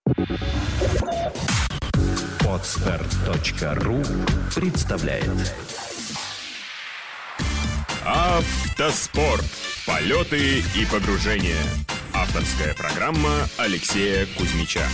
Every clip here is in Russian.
Podster.ru представляет Автоспорт. Полеты и погружения. Авторская программа Алексея Кузьмича.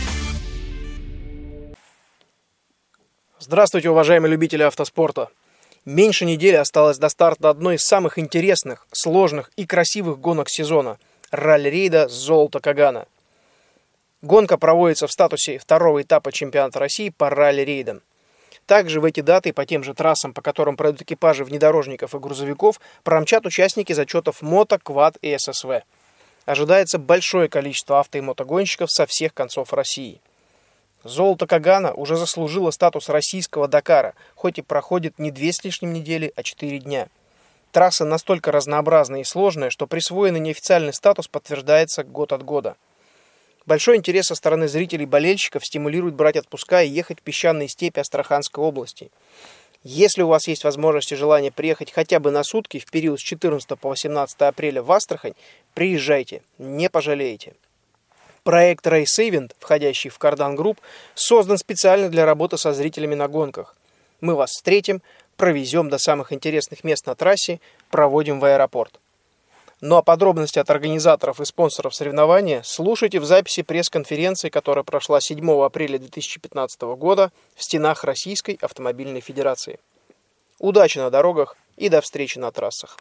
Здравствуйте, уважаемые любители автоспорта! Меньше недели осталось до старта одной из самых интересных, сложных и красивых гонок сезона – ралли-рейда «Золото Кагана». Гонка проводится в статусе второго этапа чемпионата России по ралли-рейдам. Также в эти даты по тем же трассам, по которым пройдут экипажи внедорожников и грузовиков, промчат участники зачетов мото, квад и ССВ. Ожидается большое количество авто- и мотогонщиков со всех концов России. «Золото Кагана» уже заслужило статус российского Дакара, хоть и проходит не 2 с лишним недели, а 4 дня. Трасса настолько разнообразная и сложная, что присвоенный неофициальный статус подтверждается год от года. Большой интерес со стороны зрителей и болельщиков стимулирует брать отпуска и ехать в песчаные степи Астраханской области. Если у вас есть возможность и желание приехать хотя бы на сутки в период с 14 по 18 апреля в Астрахань, приезжайте, не пожалеете. Проект Race Event, входящий в Кардан Групп, создан специально для работы со зрителями на гонках. Мы вас встретим, провезем до самых интересных мест на трассе, проводим в аэропорт. Ну а подробности от организаторов и спонсоров соревнования слушайте в записи пресс-конференции, которая прошла 7 апреля 2015 года в стенах Российской автомобильной федерации. Удачи на дорогах и до встречи на трассах.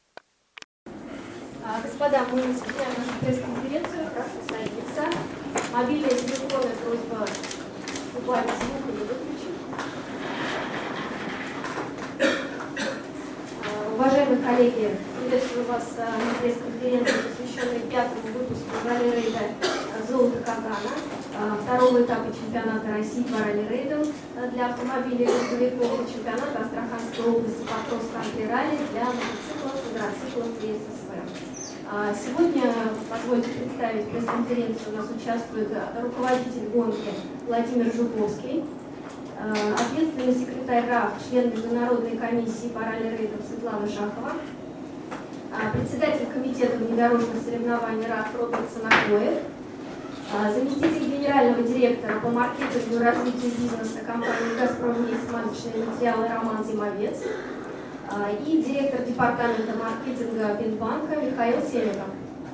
Господа, мы начинаем нашу пресс-конференцию. Прошу садиться. Мобильные телефоны просьба убавить звук или выключить. Уважаемые коллеги, приветствую вас на пресс-конференции, посвященной 5-му выпуску ралли-рейда «Золото Кагана», второго этапа чемпионата России по ралли-рейдам для автомобилей и грузовиков и чемпионата Астраханской области по кросс-кантри ралли для мотоциклов, квадроциклов и ССВ. Сегодня, позвольте представить пресс-конференцию, у нас участвует руководитель гонки Владимир Жуковский, ответственный секретарь РАФ, член Международной комиссии по ралли-рейдам Светлана Шахова, председатель комитета внедорожных соревнований РАФ Роберт Санакоев, заместитель генерального директора по маркетингу и развитию бизнеса компании «Газпром смазочные материалы» Роман Зимовец и директор департамента маркетинга Бинбанка Михаил Семенов.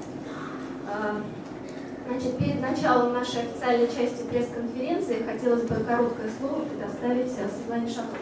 Значит, перед началом нашей официальной части пресс-конференции хотелось бы короткое слово предоставить Светлане Шаховой.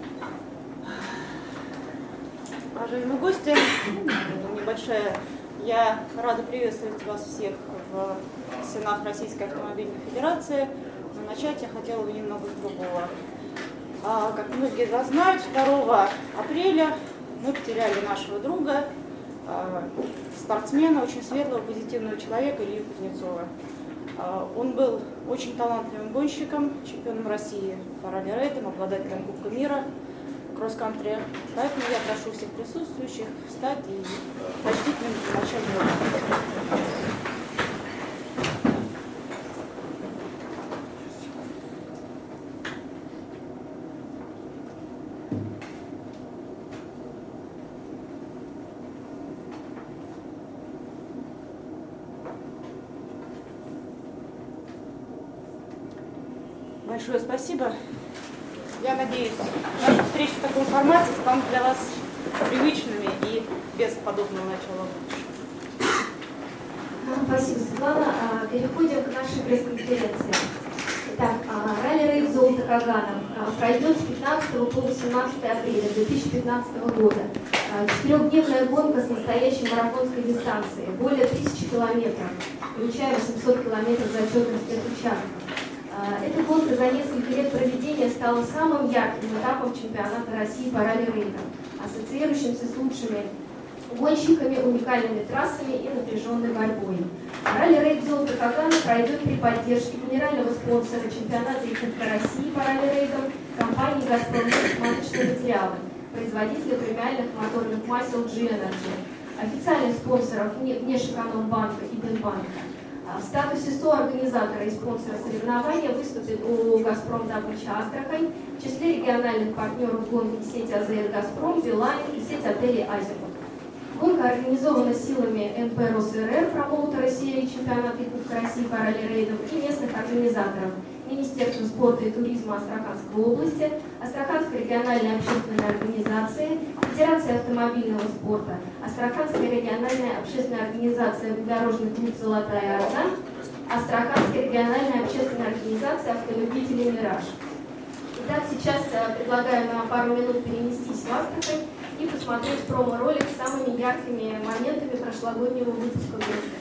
Уважаемые гости, небольшая, я рада приветствовать вас всех в стенах Российской автомобильной федерации. Но начать я хотела бы немного с другого. Как многие из вас знают, 2 апреля мы потеряли нашего друга, спортсмена, очень светлого, позитивного человека Илью Кузнецова. Он был очень талантливым гонщиком, чемпионом России по ралли-рейдам, обладателем Кубка мира, кросс-кантри. Поэтому я прошу всех присутствующих встать и почтительно начать гонку. Большое спасибо. Я надеюсь, наши встречи в таком формате станут для вас привычными и без подобного начала лучше. Спасибо, Светлана. Переходим к нашей пресс-конференции. Итак, ралли-рейд «Золото Кагана» пройдет с 15 по 18 апреля 2015 года. 4-дневная гонка с настоящей марафонской дистанцией, более 1000 километров, включая 800 километров зачетных спецучастков. Эта гонка за несколько лет проведения стала самым ярким этапом чемпионата России по ралли-рейдам, ассоциирующимся с лучшими гонщиками, уникальными трассами и напряженной борьбой. Ралли-рейд «Золото Кагана» пройдет при поддержке генерального спонсора чемпионата и Кубка России по ралли-рейдам компании «Газпром» смазочные материалы, производителя премиальных моторных масел G-Energy, официальных спонсоров Внешэкономбанка и Бинбанка. В статусе соорганизатора и спонсора соревнования выступит ООО «Газпром Добыча Астрахань», в числе региональных партнеров гонки сеть АЗС «Газпром», «Билайн» и сеть отелей «Азимут». Гонка организована силами НП РосРР, промоутера серии чемпионата и Кубка России по ралли-рейдам и местных организаторов Министерства спорта и туризма Астраханской области, Астраханской региональной общественной организации, Федерации автомобильного спорта, Астраханская региональная общественная организация «Внедорожный клуб «Золотая Орда», Астраханская региональная общественная организация «Автолюбители Мираж». Итак, сейчас предлагаю на пару минут перенестись в Астрахань и посмотреть промо-ролик с самыми яркими моментами прошлогоднего выпуска гонки.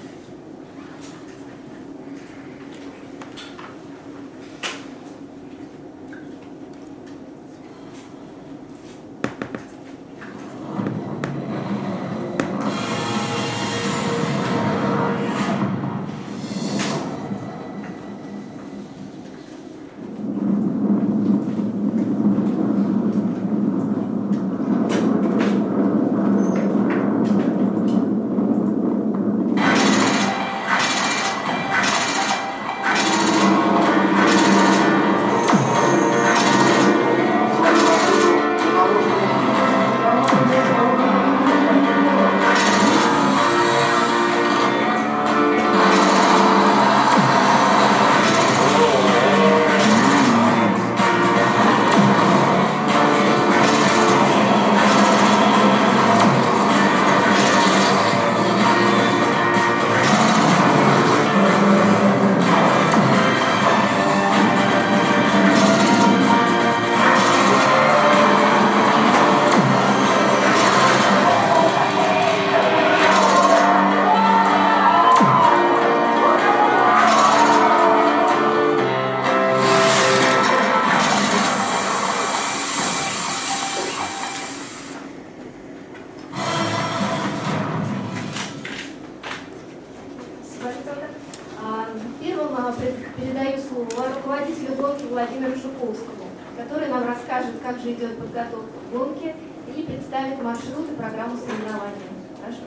Передаю слово руководителю гонки Владимиру Жуковскому, который нам расскажет, как же идет подготовка к гонке и представит маршрут и программу соревнований. Прошу.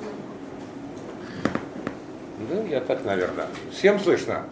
Да, я так, наверное. Всем слышно?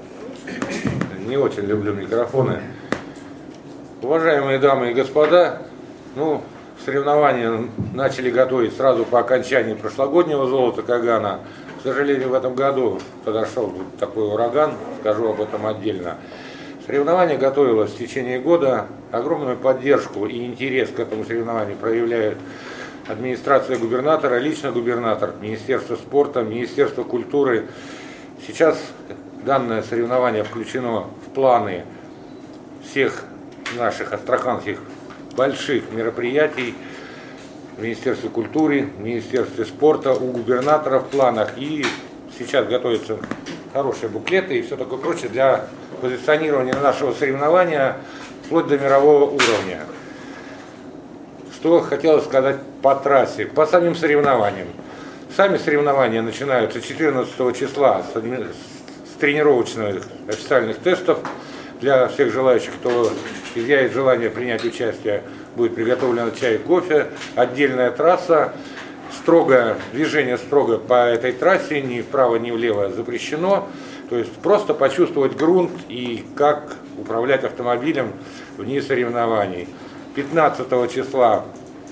Не очень люблю микрофоны. Уважаемые дамы и господа, соревнования начали готовить сразу по окончании прошлогоднего «Золота Кагана». К сожалению, в этом году подошел такой ураган, скажу об этом отдельно. Соревнование готовилось в течение года. Огромную поддержку и интерес к этому соревнованию проявляют администрация губернатора, лично губернатор, Министерство спорта, Министерство культуры. Сейчас данное соревнование включено в планы всех наших астраханских больших мероприятий в Министерстве культуры, в Министерстве спорта, у губернатора в планах. И сейчас готовятся хорошие буклеты и все такое прочее для позиционирования нашего соревнования вплоть до мирового уровня. Что хотелось сказать по трассе, по самим соревнованиям. Сами соревнования начинаются 14 числа с тренировочных официальных тестов. Для всех желающих, кто изъявит желание принять участие, будет приготовлено чай и кофе. Отдельная трасса, движение строго по этой трассе, ни вправо, ни влево запрещено. То есть просто почувствовать грунт и как управлять автомобилем вне соревнований. 15 числа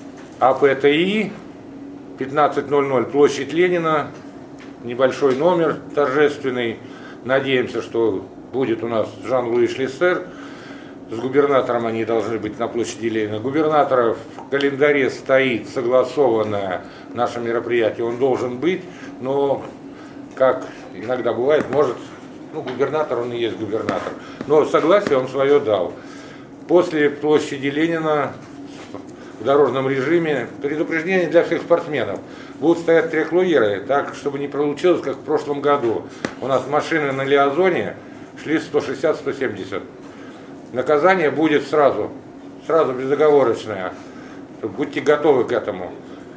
АПТИ, 15:00 площадь Ленина, небольшой номер торжественный. Надеемся, что будет у нас Жан-Луи Шлиссер. С губернатором они должны быть на площади Ленина. Губернатора в календаре стоит согласованное наше мероприятие, он должен быть, но, как иногда бывает, губернатор, он и есть губернатор. Но согласие он свое дал. После площади Ленина в дорожном режиме предупреждение для всех спортсменов. Будут стоять треклуиры, так, чтобы не получилось, как в прошлом году. У нас машины на Лиазоне шли 160-170. Наказание будет сразу безоговорочное. Будьте готовы к этому.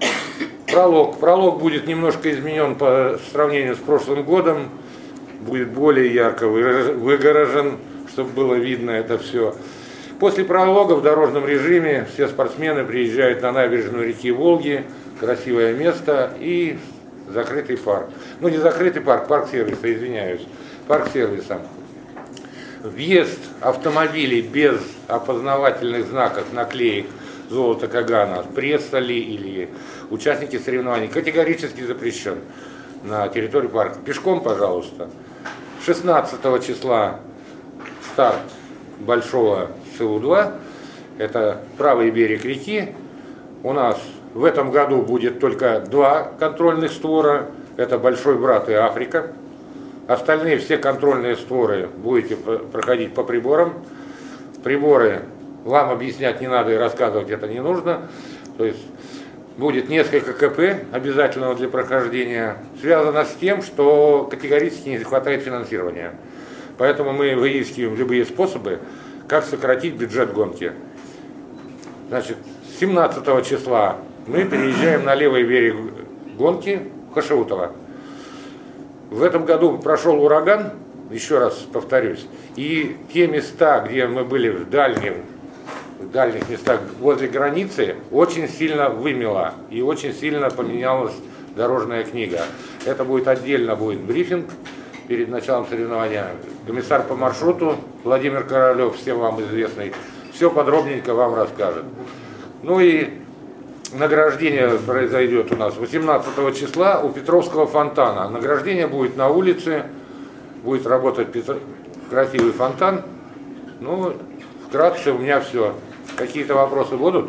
Пролог будет немножко изменен по сравнению с прошлым годом. Будет более ярко выгорожен, чтобы было видно это все. После пролога в дорожном режиме все спортсмены приезжают на набережную реки Волги, красивое место и закрытый парк. Не закрытый парк, парк сервиса, извиняюсь, парк сервиса. Въезд автомобилей без опознавательных знаков, наклеек золота Кагана, пресса ли или участники соревнований, категорически запрещен на территории парка. Пешком, пожалуйста. 16 числа старт большого СУ-2, это правый берег реки. У нас в этом году будет только 2 контрольных створа, это Большой Брат и Африка. Остальные все контрольные створы будете проходить по приборам. Приборы вам объяснять не надо и рассказывать это не нужно. То есть будет несколько КП обязательного для прохождения. Связано с тем, что категорически не хватает финансирования. Поэтому мы выискиваем любые способы, как сократить бюджет гонки. Значит, 17 числа мы переезжаем на левый берег гонки Хашиутова. В этом году прошел ураган, еще раз повторюсь, и те места, где мы были в дальних местах возле границы, очень сильно вымело и очень сильно поменялась дорожная книга. Это будет отдельно брифинг перед началом соревнования. Комиссар по маршруту Владимир Королев, всем вам известный, все подробненько вам расскажет. Ну и награждение произойдет у нас 18 числа у Петровского фонтана. Награждение будет на улице, будет работать красивый фонтан. Ну, вкратце у меня все. Какие-то вопросы будут?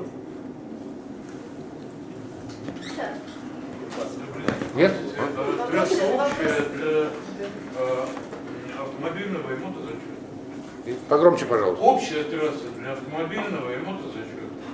Нет? Трасса общая для автомобильного и мотозачета. Погромче, пожалуйста. Общая трасса для автомобильного и мотозачета.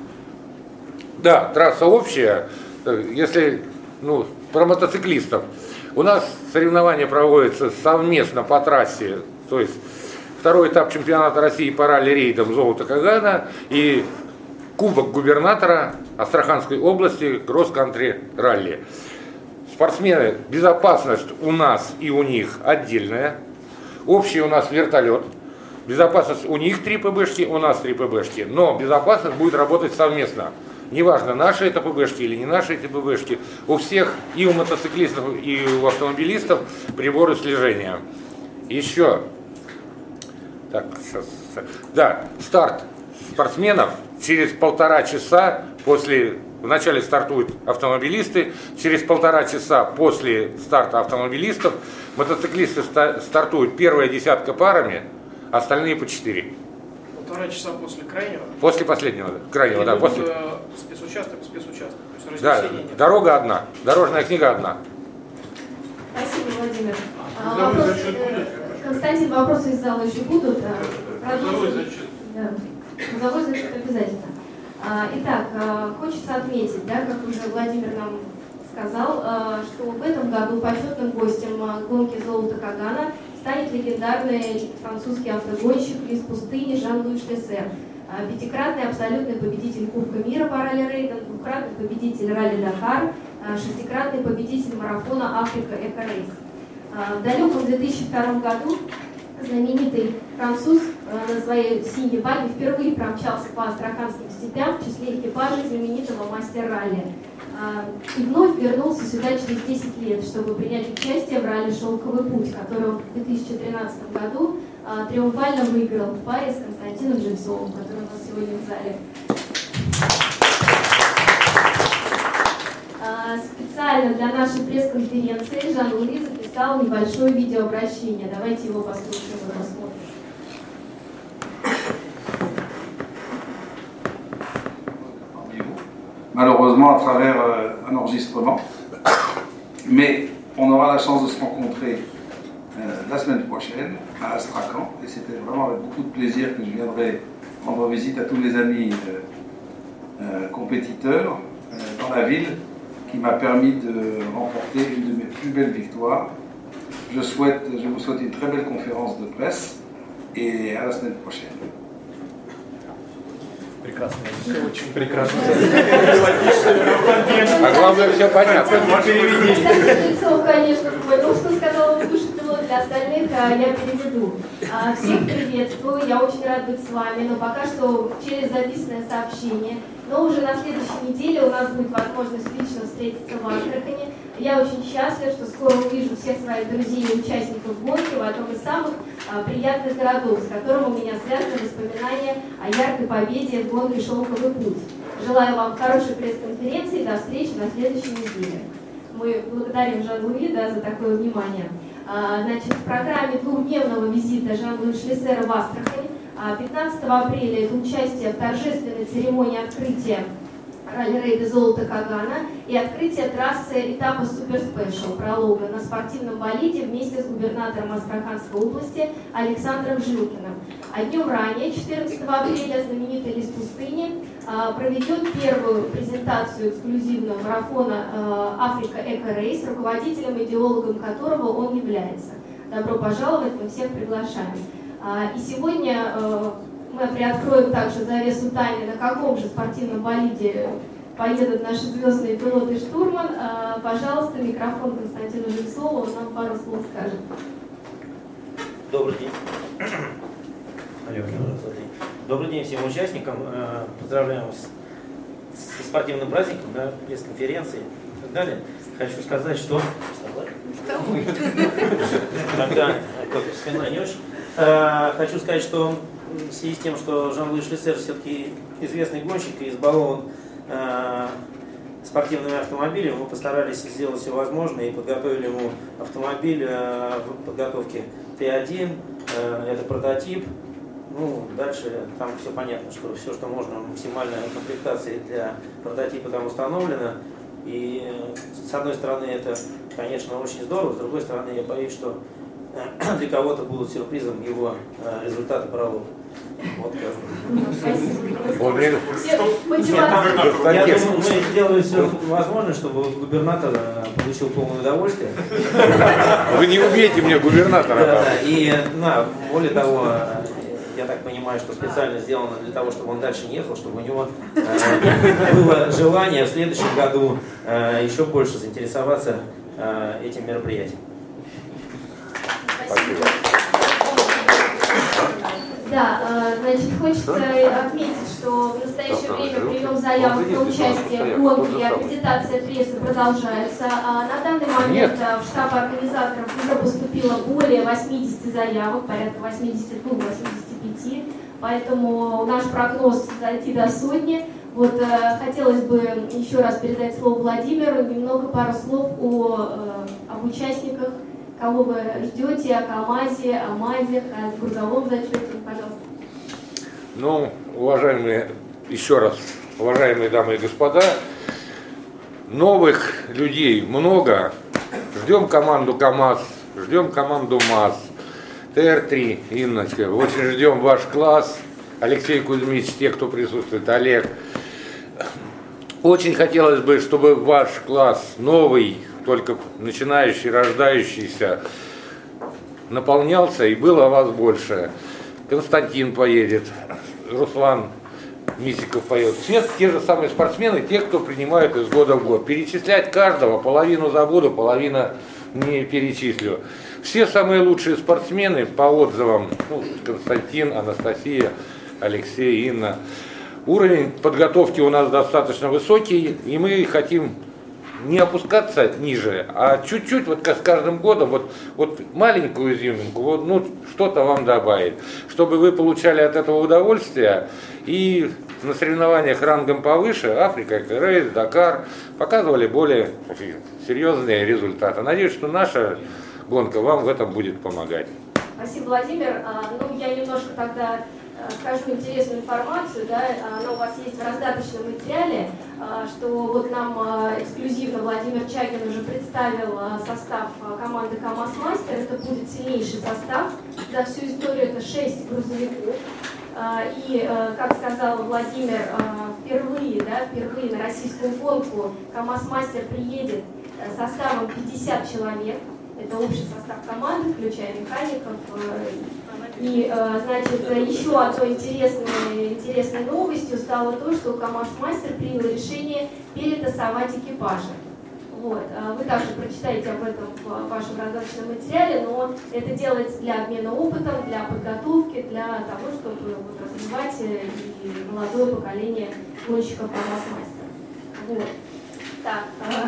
Да, трасса общая. Если про мотоциклистов. У нас соревнования проводятся совместно по трассе. То есть второй этап чемпионата России по ралли-рейдам «Золото Кагана» и Кубок губернатора Астраханской области кросс-кантри ралли. Спортсмены, безопасность у нас и у них отдельная. Общий у нас вертолет. Безопасность у них 3 ПБшки, у нас 3 ПБшки. Но безопасность будет работать совместно. Неважно, наши это ПБшки или не наши эти ПБшки. У всех, и у мотоциклистов, и у автомобилистов приборы слежения. Еще. Так, сейчас. Да, старт спортсменов через 1,5 часа после. Вначале стартуют автомобилисты, через 1,5 часа после старта автомобилистов мотоциклисты стартуют первая десятка парами, остальные по 4. 1,5 часа после крайнего? После последнего, крайнего, да. После... Спецучасток. То есть да, дорога одна, дорожная книга одна. Спасибо, Владимир. Константин, вопросы из зала еще будут? Грузовой зачет. Да. Грузовой зачет обязательно. Итак, хочется отметить, да, как уже Владимир нам сказал, что в этом году почетным гостем гонки «Золото Кагана» станет легендарный французский автогонщик из пустыни Жан-Луи Шлессер, 5-кратный абсолютный победитель Кубка мира по ралли-рейдам, 2-кратный победитель ралли-Дакар, 6-кратный победитель марафона «Африка Эко-рейс». В далеком 2002 году знаменитый француз на своей синей баги впервые промчался по астраханским степям в числе экипажа знаменитого мастер-ралли. И вновь вернулся сюда через 10 лет, чтобы принять участие в ралли «Шелковый путь», который он в 2013 году триумфально выиграл в паре с Константином Жильцовым, который у нас сегодня в зале. Специально для нашей пресс-конференции Жан-Луи записал небольшое видеообращение. Давайте его послушаем и посмотрим. Malheureusement à travers un enregistrement, mais on aura la chance de se rencontrer la semaine prochaine à Astrakhan, et c'était vraiment avec beaucoup de plaisir que je viendrai rendre visite à tous mes amis compétiteurs dans la ville, qui m'a permis de remporter une de mes plus belles victoires. Je vous souhaite une très belle conférence de presse et à la semaine prochaine. Прекрасно. Все очень прекрасно. А главное, все понятно. Константин Жильцов, конечно, понял, что сказал в душе пилот, для остальных я переведу. Всех приветствую, я очень рад быть с вами, но пока что через записанное сообщение Но уже на следующей неделе у нас будет возможность лично встретиться в Астрахани. Я очень счастлива, что скоро увижу всех своих друзей и участников гонки в одном из самых приятных городов, с которым у меня связаны воспоминания о яркой победе в гонке «Шелковый путь». Желаю вам хорошей пресс-конференции и до встречи на следующей неделе. Мы благодарим Жан-Луи за такое внимание. Значит, в программе двухдневного визита Жан-Луи Шлиссера в Астрахань 15 апреля это участие в торжественной церемонии открытия ралли-рейда «Золото Кагана» и открытие трассы этапа Супер Спешл пролога на спортивном болиде вместе с губернатором Астраханской области Александром Жилкиным. А днем ранее, 14 апреля, знаменитый «Лис пустыни» проведет первую презентацию эксклюзивного марафона «Африка Эко-рейс», руководителем и идеологом которого он является. Добро пожаловать, мы всех приглашаем. И сегодня мы приоткроем также завесу тайны, на каком же спортивном болиде поедут наши звездные пилоты штурман. Пожалуйста, микрофон Константину Жильцову, он нам пару слов скажет. Добрый день. Добрый день всем участникам. Поздравляем вас со спортивным праздником, пресс-конференции и так далее. Хочу сказать, что... Хочу сказать, что в связи с тем, что Жан-Луи Шлиссер все-таки известный гонщик и избалован спортивными автомобилями, мы постарались сделать все возможное и подготовили ему автомобиль в подготовке Т1, это прототип. Ну, дальше там все понятно, что все, что можно, максимальная комплектация для прототипа там установлена. И с одной стороны это, конечно, очень здорово, с другой стороны я боюсь, что для кого-то будут сюрпризом его результаты пролога. Вот Спасибо. Я думаю, мы сделали все возможное, чтобы губернатор получил полное удовольствие. Вы не убейте мне губернатора. И более того, я так понимаю, что специально сделано для того, чтобы он дальше не ехал, чтобы у него было желание в следующем году еще больше заинтересоваться этим мероприятием. Спасибо. Да, значит, хочется отметить, что в настоящее время прием заявок на участие в гонке и аккредитация прессы продолжаются. На данный момент в штаб организаторов уже поступило более 80 заявок, порядка 82-85, поэтому наш прогноз дойти до сотни. Вот хотелось бы еще раз передать слово Владимиру, немного пару слов об участниках. Кого вы ждете, о КамАЗе, о МАЗе, о грузовом зачете, пожалуйста. Ну, еще раз, уважаемые дамы и господа, новых людей много. Ждем команду КамАЗ, ждем команду МАЗ, ТР-3, Инночка. Очень ждем ваш класс, Алексей Кузьмич, те, кто присутствует, Олег. Очень хотелось бы, чтобы ваш класс новый, только начинающий, рождающийся, наполнялся и было вас больше. Константин поедет, Руслан Мисиков поедет. Все те же самые спортсмены, те, кто принимают из года в год. Перечислять каждого, половину забуду, половину не перечислю. Все самые лучшие спортсмены по отзывам, Константин, Анастасия, Алексей, Инна. Уровень подготовки у нас достаточно высокий, и мы хотим не опускаться ниже, а чуть-чуть, вот с каждым годом, вот маленькую изюминку, что-то вам добавить, чтобы вы получали от этого удовольствие и на соревнованиях рангом повыше, Африка, Эко-рейс, Дакар, показывали более серьезные результаты. Надеюсь, что наша гонка вам в этом будет помогать. Спасибо, Владимир. Я немножко тогда скажу интересную информацию, она у вас есть в раздаточном материале, что вот нам эксклюзивно Владимир Чагин уже представил состав команды КамАЗ-Мастер. Это будет сильнейший состав. За всю историю это 6 грузовиков. И, как сказал Владимир, впервые на российскую гонку КамАЗ-Мастер приедет составом 50 человек. Это общий состав команды, включая механиков. И, значит, еще одной интересной новостью стало то, что КамАЗ-Мастер принял решение перетасовать экипажи. Вот. Вы также прочитаете об этом в вашем раздаточном материале, но это делается для обмена опытом, для подготовки, для того, чтобы вот развивать и молодое поколение гонщиков по массмастеру. Вот. Так,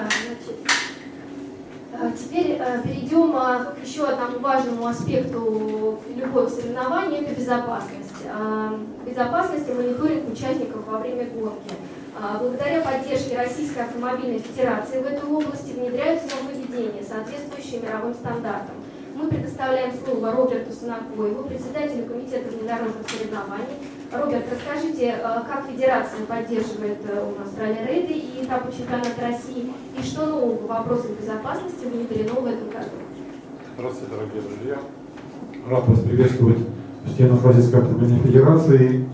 значит, теперь перейдем к еще одному важному аспекту любого соревнования – это безопасность. Безопасность и мониторинг участников во время гонки. Благодаря поддержке Российской автомобильной федерации в этой области внедряются нововведения, соответствующие мировым стандартам. Мы предоставляем слово Роберту Санакоеву, председателю комитета внедорожных соревнований. Роберт, расскажите, как федерация поддерживает у нас ралли-рейды и этапы чемпионата России, и что нового в вопросах безопасности внедрено в этом году? Здравствуйте, дорогие друзья. Рад вас приветствовать в стенах Российской автомобильной федерации.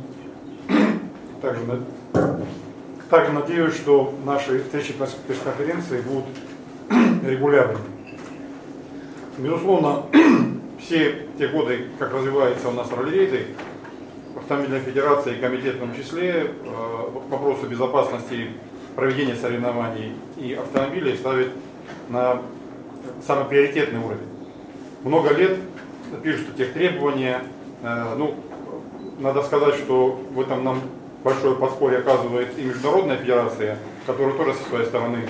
Также надеюсь, что наши встречи пресс-конференции будут регулярными. Безусловно, все те годы, как развивается у нас ралли-рейды, Автомобильная федерация и комитет в том числе вопросы безопасности проведения соревнований и автомобилей ставит на самый приоритетный уровень. Много лет пишут тех требования. Надо сказать, что в этом нам большое подспорье оказывает и Международная федерация, которая тоже со своей стороны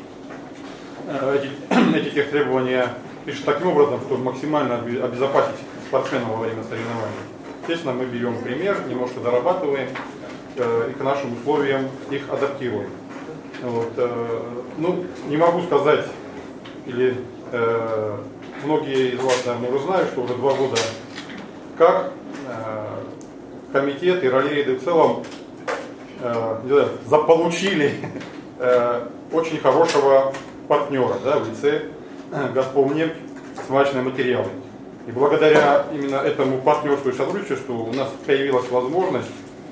эти тех требования пишет таким образом, чтобы максимально обезопасить спортсменов во время соревнований. Естественно, мы берем пример, немножко дорабатываем и к нашим условиям их адаптируем. Не могу сказать, или многие из вас, наверное, уже знают, что уже 2 года как комитет и ралли-рейды в целом заполучили очень хорошего партнера, в лице «Газпромнефть» сварочные материалы. И благодаря именно этому партнерству и сотрудничеству у нас появилась возможность,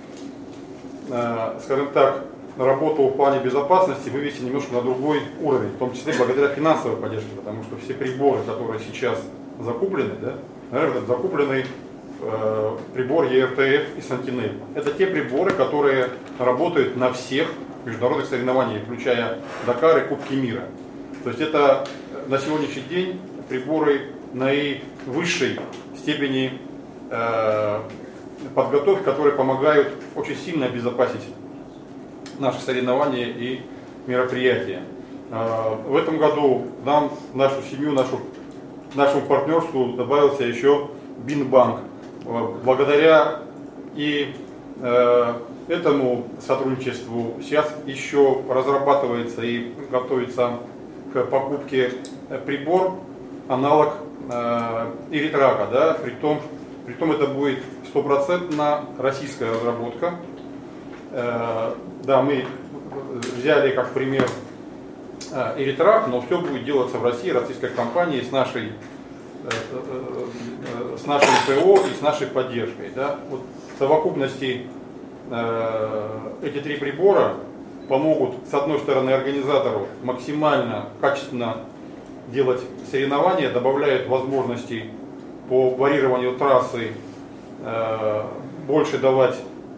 скажем так, работу в плане безопасности вывести немножко на другой уровень, в том числе благодаря финансовой поддержке, потому что все приборы, которые сейчас закуплены, закуплены прибор ERTF и Sentinel. Это те приборы, которые работают на всех международных соревнованиях, включая Дакар и Кубки мира. То есть это на сегодняшний день приборы наивысшей степени подготовки, которые помогают очень сильно обезопасить наши соревнования и мероприятия. В этом году нам, в нашу семью, нашему партнерству добавился еще Бинбанк. Благодаря и этому сотрудничеству сейчас еще разрабатывается и готовится к покупке прибор, аналог Эритрака, притом это будет 100% российская разработка. Мы взяли как пример Эритрак, но все будет делаться в России, российской компании с нашей ПО и с нашей поддержкой. В совокупности эти 3 прибора помогут, с одной стороны, организатору максимально качественно делать соревнования, добавляют возможности по варьированию трассы, больше давать,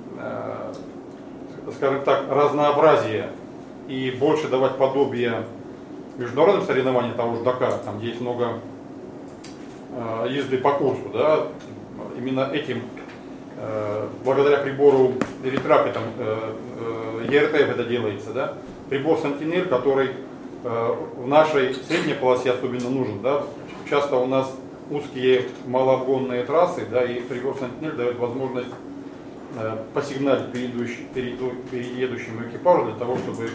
скажем так, разнообразие и больше давать подобие международным соревнованиям того же Дакара, там где есть много езды по курсу, именно этим, благодаря прибору Эритрак, ERTF это делается, прибор Sentinel, который в нашей средней полосе особенно нужен, часто у нас узкие малообгонные трассы, и прибор Sentinel дает возможность посигналить переедущему экипажу для того, чтобы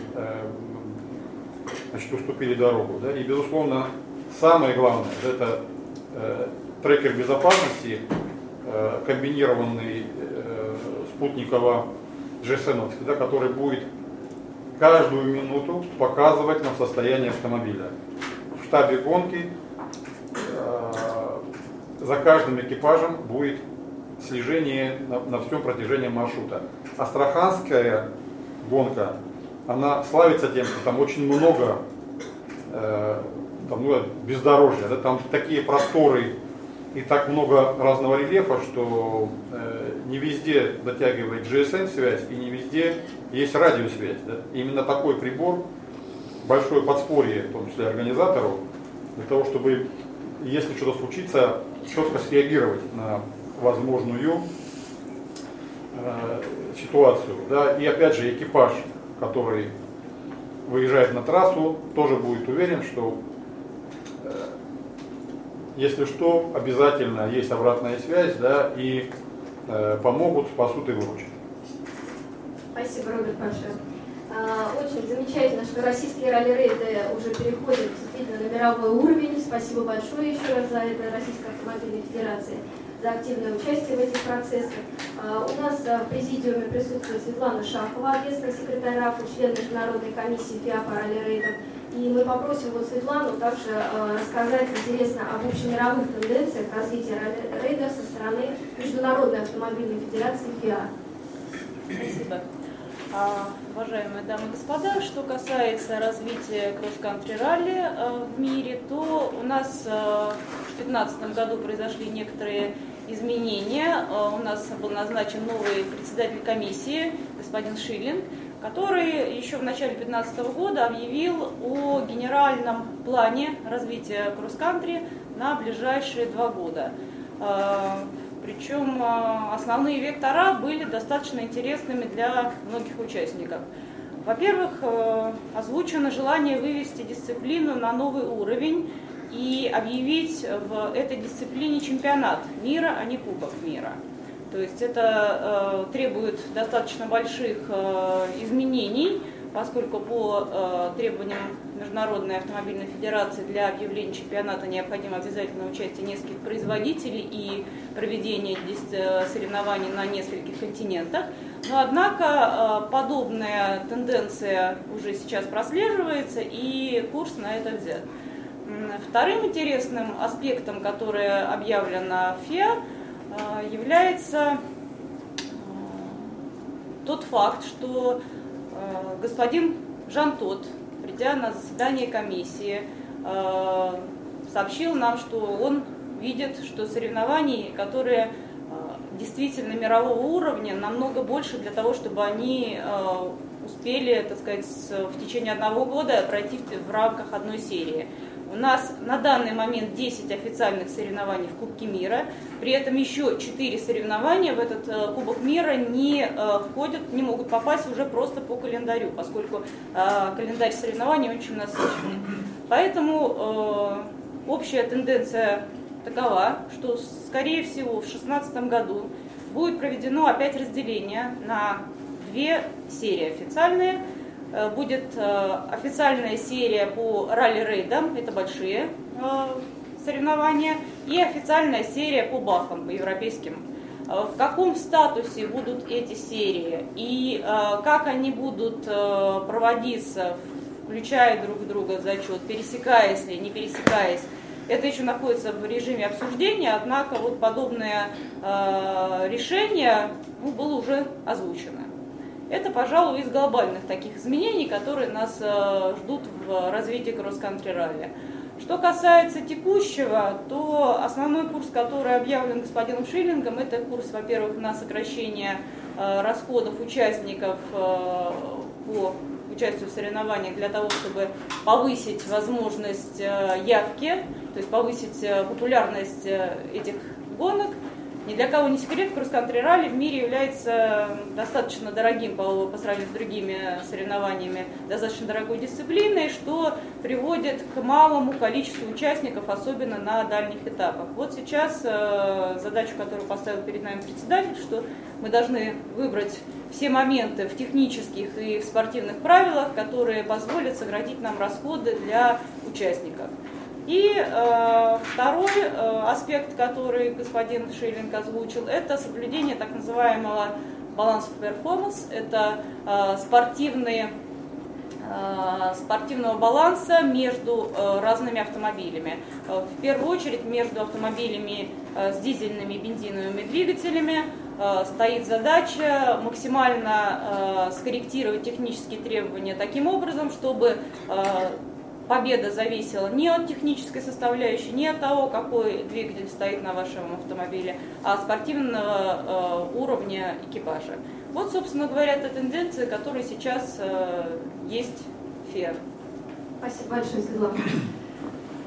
уступили дорогу. И безусловно, самое главное, это трекер безопасности, комбинированный спутниково GSM, который будет каждую минуту показывать нам состояние автомобиля. В штабе гонки за каждым экипажем будет слежение на всем протяжении маршрута. Астраханская гонка, она славится тем, что там очень много бездорожья, там такие просторы и так много разного рельефа, что не везде дотягивает GSM-связь и не везде есть радиосвязь. Именно такой прибор, большое подспорье, в том числе организатору, для того, чтобы, если что-то случится, четко среагировать на возможную ситуацию. Да? И опять же экипаж, который выезжает на трассу, тоже будет уверен, что если что, обязательно есть обратная связь, да, и помогут, спасут и выручат. Спасибо, Роберт, большое. Очень замечательно, что российские ралли-рейды уже переходят действительно на мировой уровень. Спасибо большое еще раз за это Российской автомобильной федерации, за активное участие в этих процессах. У нас в президиуме присутствует Светлана Шахова, ответственный секретарь РАФу, член Международной комиссии ФИА по ралли-рейдам. И мы попросим вот Светлану также рассказать интересно об общемировых тенденциях развития ралли-рейдов со стороны Международной автомобильной федерации ФИА. Спасибо. Уважаемые дамы и господа, что касается развития кросс-кантри ралли в мире, то у нас в 2015 году произошли некоторые изменения. У нас был назначен новый председатель комиссии, господин Шиллинг, который еще в начале 2015 года объявил о генеральном плане развития кросс-кантри на ближайшие 2 года. Причем основные вектора были достаточно интересными для многих участников. Во-первых, озвучено желание вывести дисциплину на новый уровень и объявить в этой дисциплине чемпионат мира, а не Кубок мира. То есть это требует достаточно больших изменений, поскольку по требованиям Международной автомобильной федерации для объявления чемпионата необходимо обязательное участие нескольких производителей и проведение соревнований на нескольких континентах. Но однако подобная тенденция уже сейчас прослеживается, и курс на это взят. Вторым интересным аспектом, который объявлено ФИА, является тот факт, что господин Жан Тот, придя на заседание комиссии, сообщил нам, что он видит, что соревнований, которые действительно мирового уровня, намного больше для того, чтобы они успели, так сказать, в течение 1 года пройти в рамках одной серии. У нас на данный момент 10 официальных соревнований в Кубке мира, при этом еще 4 соревнования в этот Кубок мира не входят, не могут попасть уже просто по календарю, поскольку календарь соревнований очень насыщенный. Поэтому общая тенденция такова, что, скорее всего, в 2016 году будет проведено опять разделение на 2 серии официальные. Будет официальная серия по ралли-рейдам, это большие соревнования, и официальная серия по бахам, по европейским. В каком статусе будут эти серии и как они будут проводиться, включая друг друга в зачет, пересекаясь ли, не пересекаясь, это еще находится в режиме обсуждения, однако вот подобное решение было уже озвучено. Это, пожалуй, из глобальных таких изменений, которые нас ждут в развитии кросс-кантри ралли. Что касается текущего, то основной курс, который объявлен господином Шиллингом, это курс, во-первых, на сокращение расходов участников по участию в соревнованиях для того, чтобы повысить возможность явки, то есть повысить популярность этих гонок. Ни для кого не секрет, кросс-кантри ралли в мире является достаточно дорогим по сравнению с другими соревнованиями, достаточно дорогой дисциплиной, что приводит к малому количеству участников, особенно на дальних этапах. Вот сейчас задачу, которую поставил перед нами председатель, что мы должны выбрать все моменты в технических и в спортивных правилах, которые позволят сократить нам расходы для участников. И второй аспект, который господин Шиллинг озвучил, это соблюдение так называемого баланса перформанс, это спортивного баланса между разными автомобилями. В первую очередь между автомобилями с дизельными и бензиновыми двигателями стоит задача максимально скорректировать технические требования таким образом, чтобы победа зависела не от технической составляющей, не от того, какой двигатель стоит на вашем автомобиле, а от спортивного уровня экипажа. Вот, собственно говоря, это тенденции, которые сейчас есть в ФИА. Спасибо большое, Светлана.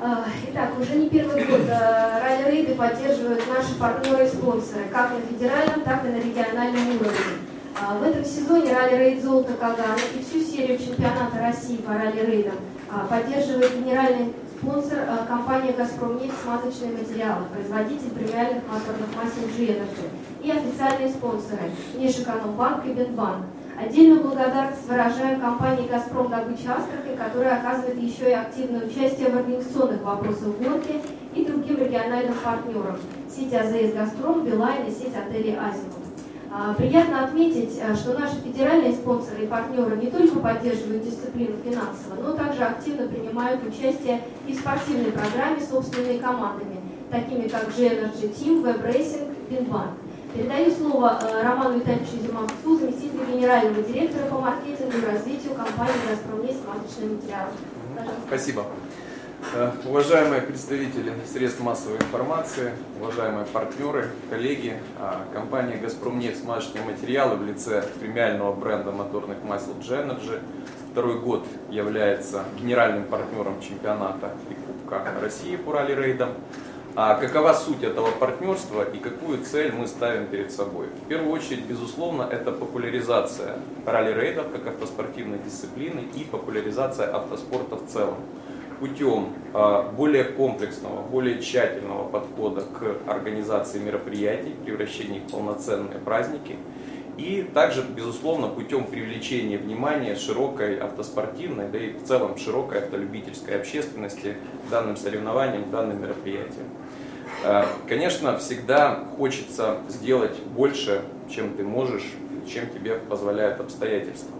Итак, уже не первый год ралли-рейды поддерживают наши партнеры и спонсоры, как на федеральном, так и на региональном уровне. В этом сезоне ралли-рейд «Золото Кагана» и всю серию чемпионата России по ралли-рейдам поддерживает генеральный спонсор компания «Газпромнефть» смазочные материалы, производитель премиальных моторных масел G-Energy и официальные спонсоры Внешэкономбанк и Бинбанк. Отдельную благодарность выражаем компании «Газпром Добыча Астрахань», которая оказывает еще и активное участие в организационных вопросах гонки, и другим региональным партнерам – сеть АЗС «Газпром», «Билайн» и сеть отелей «Азимут». Приятно отметить, что наши федеральные спонсоры и партнеры не только поддерживают дисциплину финансово, но также активно принимают участие и в спортивной программе собственными командами, такими как G-Energy Team, Web Racing, Бинбанк. Передаю слово Роману Витальевичу Зимовцу, заместителю генерального директора по маркетингу и развитию компании «Газпромнефть» смазочные материалы. Спасибо. Уважаемые представители средств массовой информации, уважаемые партнеры, коллеги, компания «Газпромнефть» смазочные материалы в лице премиального бренда моторных масел G-Energy второй год является генеральным партнером чемпионата и Кубка России по ралли-рейдам. А какова суть этого партнерства и какую цель мы ставим перед собой? В первую очередь, безусловно, это популяризация ралли-рейдов как автоспортивной дисциплины и популяризация автоспорта в целом путем более комплексного, более тщательного подхода к организации мероприятий, превращения их в полноценные праздники. И также, безусловно, путем привлечения внимания широкой автоспортивной, да и в целом широкой автолюбительской общественности данным соревнованиям, данным мероприятиям. Конечно, всегда хочется сделать больше, чем ты можешь, чем тебе позволяют обстоятельства.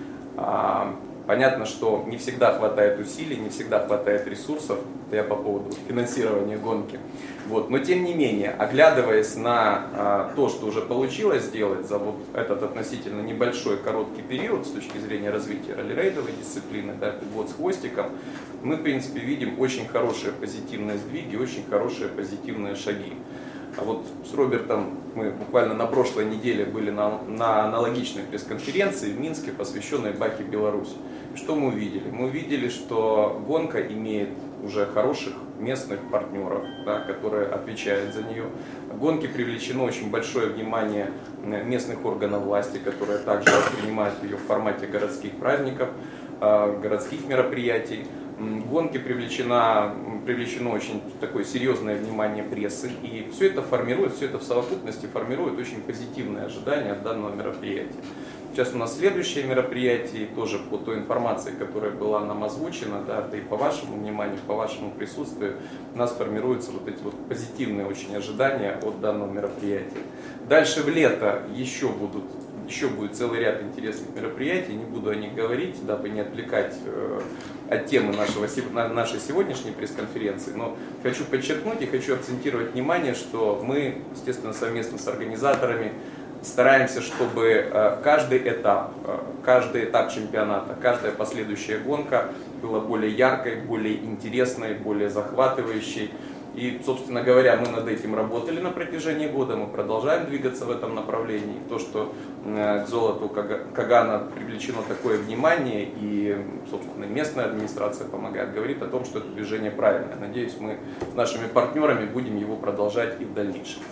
Понятно, что не всегда хватает усилий, не всегда хватает ресурсов, это я по поводу финансирования гонки. Но тем не менее, оглядываясь на то, что уже получилось сделать за вот этот относительно небольшой короткий период с точки зрения развития ралли-рейдовой дисциплины, да, год с хвостиком, мы в принципе видим очень хорошие позитивные сдвиги, очень хорошие позитивные шаги. А вот с Робертом мы буквально на прошлой неделе были на аналогичной пресс-конференции в Минске, посвященной Баке Беларусь. И что мы увидели? Мы увидели, что гонка имеет уже хороших местных партнеров, да, которые отвечают за нее. В гонке привлечено очень большое внимание местных органов власти, которые также воспринимают ее в формате городских праздников, городских мероприятий. В гонке привлечено очень такое серьезное внимание прессы, и все это в совокупности формирует очень позитивные ожидания от данного мероприятия. Сейчас у нас следующее мероприятие, тоже по той информации, которая была нам озвучена, да и по вашему вниманию, по вашему присутствию, у нас формируются вот эти вот позитивные очень ожидания от данного мероприятия. Дальше в лето еще будет целый ряд интересных мероприятий, не буду о них говорить, дабы не отвлекать от темы нашей сегодняшней пресс-конференции, но хочу подчеркнуть и хочу акцентировать внимание, что мы, естественно, совместно с организаторами стараемся, чтобы каждый этап чемпионата, каждая последующая гонка была более яркой, более интересной, более захватывающей. И, собственно говоря, мы над этим работали на протяжении года, мы продолжаем двигаться в этом направлении. То, что к золоту Кагана привлечено такое внимание и, собственно, местная администрация помогает, говорит о том, что это движение правильное. Надеюсь, мы с нашими партнерами будем его продолжать и в дальнейшем.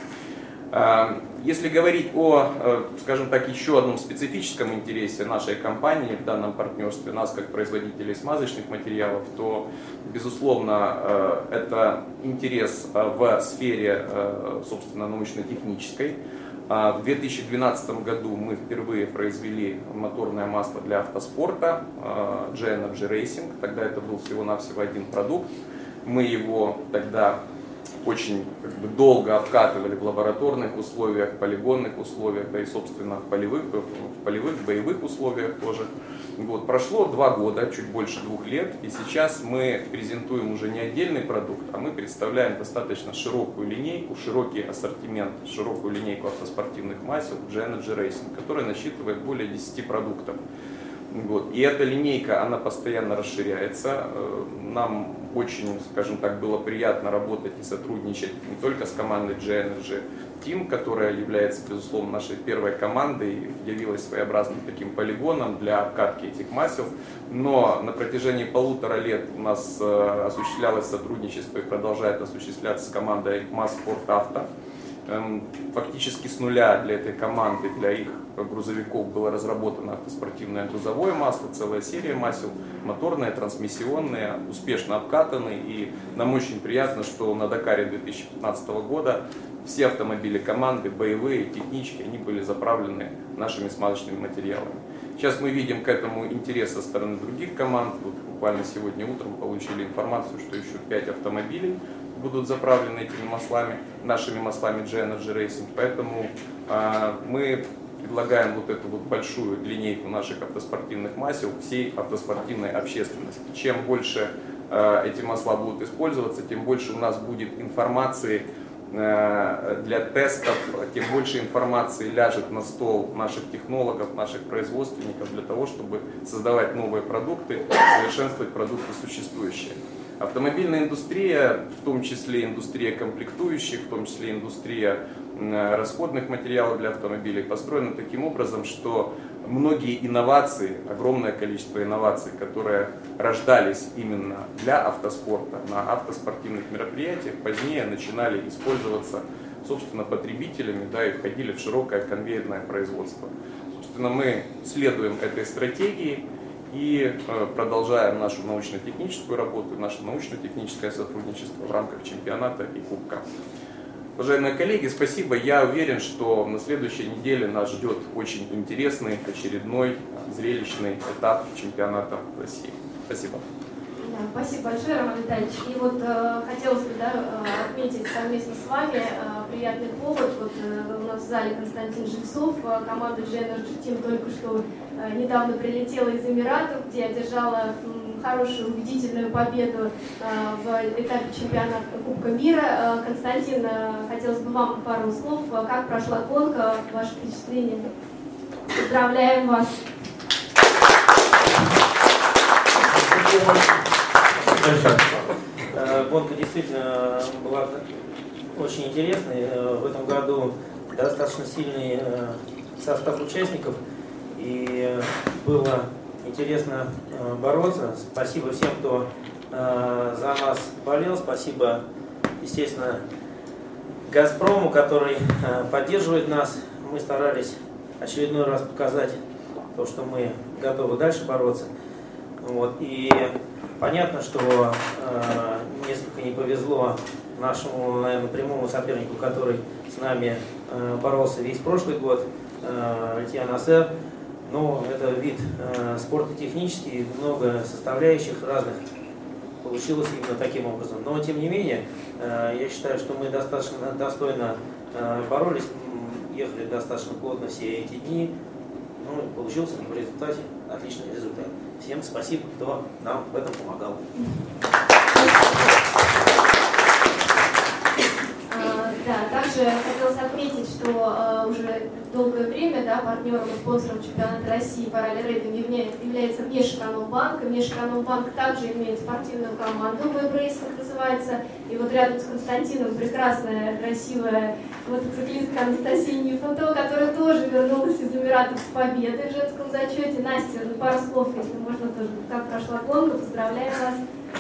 Если говорить о, скажем так, еще одном специфическом интересе нашей компании в данном партнерстве, нас как производителей смазочных материалов, то, безусловно, это интерес в сфере, собственно, научно-технической. В 2012 году мы впервые произвели моторное масло для автоспорта G-Energy Racing. Тогда это был всего-навсего один продукт. Мы его тогда очень долго обкатывали в лабораторных условиях, полигонных условиях, да и, собственно, в полевых, боевых условиях тоже. Прошло 2 года, чуть больше 2 лет, и сейчас мы презентуем уже не отдельный продукт, а мы представляем достаточно широкую линейку, широкий ассортимент, широкую линейку автоспортивных масел G-Energy Racing, которая насчитывает более 10 продуктов. И эта линейка, она постоянно расширяется. Нам очень, скажем так, было приятно работать и сотрудничать не только с командой G-Energy Team, которая является, безусловно, нашей первой командой, явилась своеобразным таким полигоном для обкатки этих масел. Но на протяжении 1,5 лет у нас осуществлялось сотрудничество и продолжает осуществляться с командой МАЗ Спорт Авто. Фактически с нуля для этой команды, для их грузовиков было разработано автоспортивное грузовое масло, целая серия масел, моторные, трансмиссионные, успешно обкатаны. И нам очень приятно, что на Дакаре 2015 года все автомобили команды, боевые, технические, они были заправлены нашими смазочными материалами. Сейчас мы видим к этому интерес со стороны других команд. Вот буквально сегодня утром получили информацию, что еще 5 автомобилей будут заправлены этими маслами, нашими маслами G-Energy Racing. Поэтому мы предлагаем вот эту вот большую линейку наших автоспортивных масел всей автоспортивной общественности. Чем больше эти масла будут использоваться, тем больше у нас будет информации для тестов, тем больше информации ляжет на стол наших технологов, наших производственников для того, чтобы создавать новые продукты, совершенствовать продукты существующие. Автомобильная индустрия, в том числе индустрия комплектующих, в том числе индустрия расходных материалов для автомобилей, построена таким образом, что многие инновации, огромное количество инноваций, которые рождались именно для автоспорта, на автоспортивных мероприятиях, позднее начинали использоваться, собственно, потребителями, да, и входили в широкое конвейерное производство. Собственно, мы следуем этой стратегии и продолжаем нашу научно-техническую работу, наше научно-техническое сотрудничество в рамках чемпионата и кубка. Уважаемые коллеги, спасибо. Я уверен, что на следующей неделе нас ждет очень интересный, очередной, зрелищный этап чемпионата России. Спасибо. Да, спасибо большое, Роман Витальевич. И вот хотелось бы отметить совместно с вами приятный повод. Вот у нас в зале Константин Жильцов, команда G-Energy Team только что недавно прилетела из Эмиратов, где одержала хорошую, убедительную победу в этапе чемпионата Кубка мира. Константин, хотелось бы вам пару слов. Как прошла гонка, ваши впечатления? Поздравляем вас! Гонка действительно была очень интересной. В этом году достаточно сильный состав участников, и было интересно бороться. Спасибо всем, кто за нас болел. Спасибо, естественно, «Газпрому», который поддерживает нас. Мы старались очередной раз показать то, что мы готовы дальше бороться. Вот. И понятно, что несколько не повезло нашему, наверное, прямому сопернику, который с нами боролся весь прошлый год, Литьян Асер. Но это вид спорта технический, много составляющих разных получилось именно таким образом. Но тем не менее, я считаю, что мы достаточно достойно боролись, ехали достаточно плотно все эти дни. Ну, получился в результате отличный результат. Всем спасибо, кто нам в этом помогал. Да, также хотелось отметить, что уже долгое время партнером и спонсором чемпионата России по ралли-рейдам является Межэкономбанк. Межэкономбанк также имеет спортивную команду, веб-рейсинг называется. И вот рядом с Константином прекрасная, красивая мотоциклистка Анастасия Нифонтова, которая тоже вернулась из Эмиратов с победой в женском зачете. Настя, пару слов, если можно тоже. Как прошла гонка, поздравляю вас.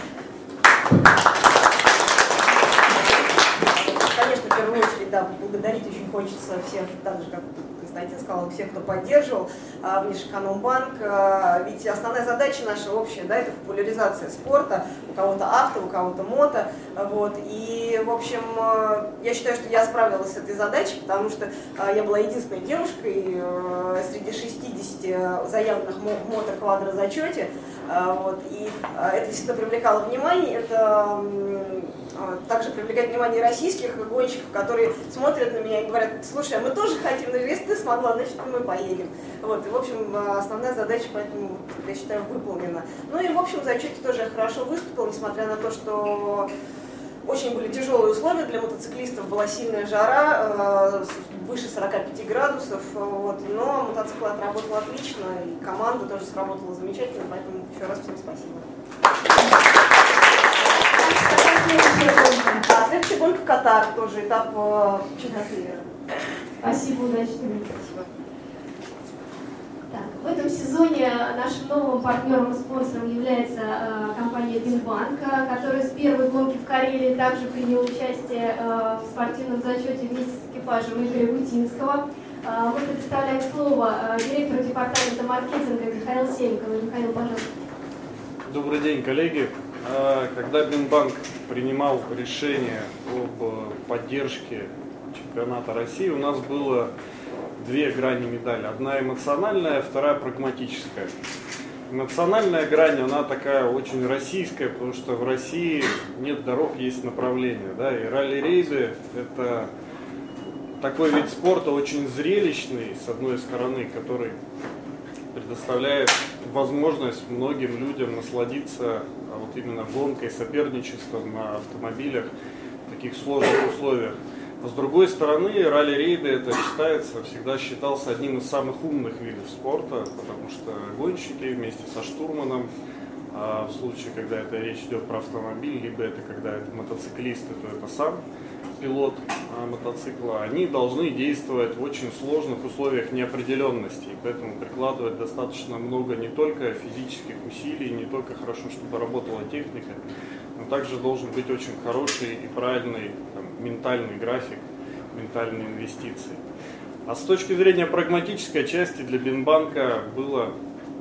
Конечно, в первую очередь, да, поблагодарить очень хочется всех, так же, как Константин сказал, всех, кто поддерживал Межэкономбанк. Ведь основная задача наша общая, да, это популяризация спорта. У кого-то авто, у кого-то мото. Вот. И, в общем, я считаю, что я справилась с этой задачей, потому что я была единственной девушкой среди 60 заявленных в мото-квадрозачете. Вот. И это действительно привлекало внимание. Это также привлекает внимание российских гонщиков, которые смотрят на меня и говорят: слушай, а мы тоже хотим, но если ты смогла, значит мы поедем. Вот. И, в общем, основная задача, поэтому, я считаю, выполнена. Ну и, в общем, в зачете тоже я хорошо выступила, несмотря на то, что очень были тяжелые условия для мотоциклистов, была сильная жара, выше 45 градусов, вот, но мотоцикл отработал отлично, и команда тоже сработала замечательно, поэтому еще раз всем спасибо. Следующая гонка Катар, тоже этап чемпионата мира. Спасибо, удачи. Так, в этом сезоне нашим новым партнером и спонсором является компания Бинбанк, которая с первой гонки в Карелии также приняла участие в спортивном зачете вместе с экипажем Игоря Гутинского. Мы предоставляем слово директору департамента маркетинга Михаилу Сенникову. Михаил, пожалуйста. Добрый день, коллеги. Когда Бинбанк принимал решение об поддержке чемпионата России, у нас было две грани медали. Одна эмоциональная, вторая прагматическая. Эмоциональная грань, она такая очень российская, потому что в России нет дорог, есть направления. Да? И ралли-рейды – это такой вид спорта очень зрелищный, с одной стороны, который предоставляет возможность многим людям насладиться вот именно гонкой, соперничеством на автомобилях в таких сложных условиях. А с другой стороны, ралли-рейды это всегда считался одним из самых умных видов спорта, потому что гонщики вместе со штурманом, в случае, когда это речь идет про автомобиль, либо это когда это мотоциклисты, то это сам пилот мотоцикла, они должны действовать в очень сложных условиях неопределенности, и поэтому прикладывать достаточно много не только физических усилий, не только хорошо, чтобы работала техника, но также должен быть очень хороший и правильный ментальный график, ментальные инвестиции. А с точки зрения прагматической части для Бинбанка было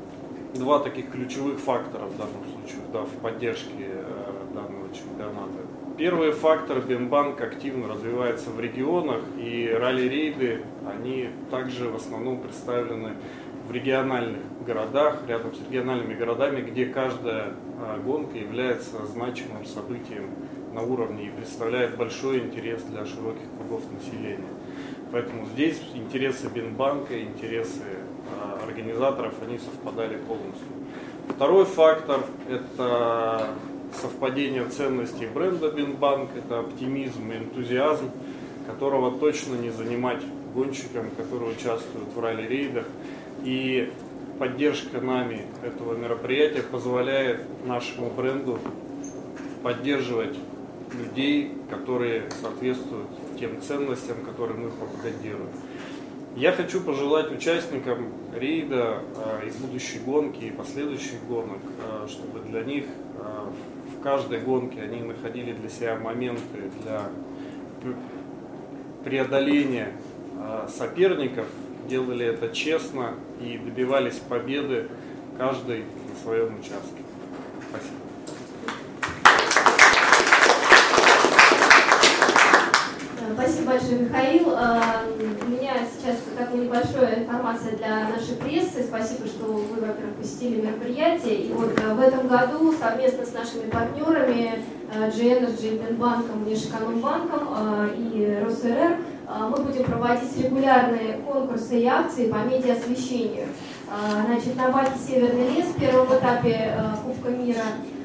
два таких ключевых фактора в данном случае в поддержке данного чемпионата. Первый фактор: Бинбанк активно развивается в регионах, и ралли-рейды, они также в основном представлены в региональных городах, рядом с региональными городами, где каждая гонка является значимым событием на уровне и представляет большой интерес для широких кругов населения. Поэтому здесь интересы Бинбанка, интересы организаторов, они совпадали полностью. Второй фактор – это совпадение ценностей бренда Бинбанк, это оптимизм и энтузиазм, которого точно не занимать гонщикам, которые участвуют в ралли-рейдах. И поддержка нами этого мероприятия позволяет нашему бренду поддерживать людей, которые соответствуют тем ценностям, которые мы пропагандируем. Я хочу пожелать участникам рейда и будущей гонки, и последующих гонок, чтобы для них в каждой гонке они находили для себя моменты для преодоления соперников, делали это честно и добивались победы каждый на своем участке. Спасибо. Спасибо большое, Михаил. У меня сейчас такая небольшая информация для нашей прессы. Спасибо, что вы, во-первых, посетили мероприятие. И вот в этом году совместно с нашими партнерами G-Energy, Бинбанком, Внешэкономбанком и РосРР мы будем проводить регулярные конкурсы и акции по медиаосвещению. Значит, на базе «Северный лес» в первом этапе Кубка мира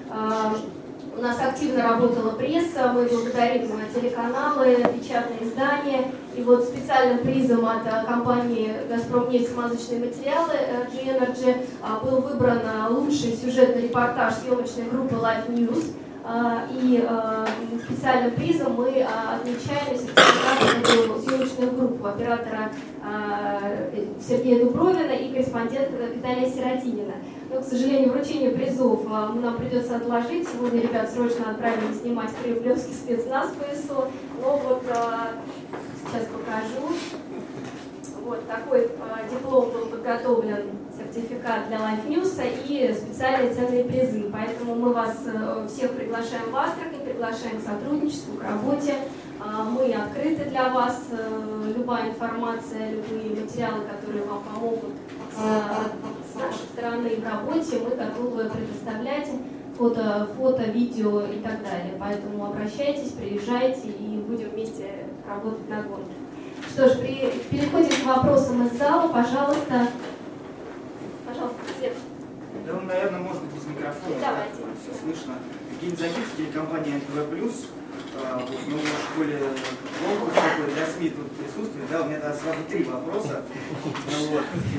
у нас активно работала пресса, мы благодарим телеканалы, печатные издания. И вот специальным призом от компании «Газпромнефть» смазочные материалы G-Energy был выбран лучший сюжетный репортаж съемочной группы Life News. И специальным призом мы отмечаем сертификат съемочную группу оператора Сергея Дубровина и корреспондента Виталия Сиротинина. Но, к сожалению, вручение призов нам придется отложить. Сегодня ребят срочно отправили снимать кремлевский спецназ ПСО. Но вот сейчас покажу. Вот такой диплом был подготовлен, сертификат для Life News и специальные ценные призы. Поэтому мы вас всех приглашаем в Астрахань, приглашаем к сотрудничеству, к работе. Мы открыты для вас. Любая информация, любые материалы, которые вам помогут с нашей стороны в работе, мы готовы предоставлять. Фото, видео и так далее. Поэтому обращайтесь, приезжайте и будем вместе работать на гонке. Что ж, переходим к вопросам из зала. Пожалуйста. Пожалуйста, Свет. Да, наверное, можно без микрофона. Давайте. Все слышно. Евгений Загитов, телекомпания НТВ+. Мы в школе конкурс такой для СМИ тут присутствует. Да, у меня сразу три вопроса.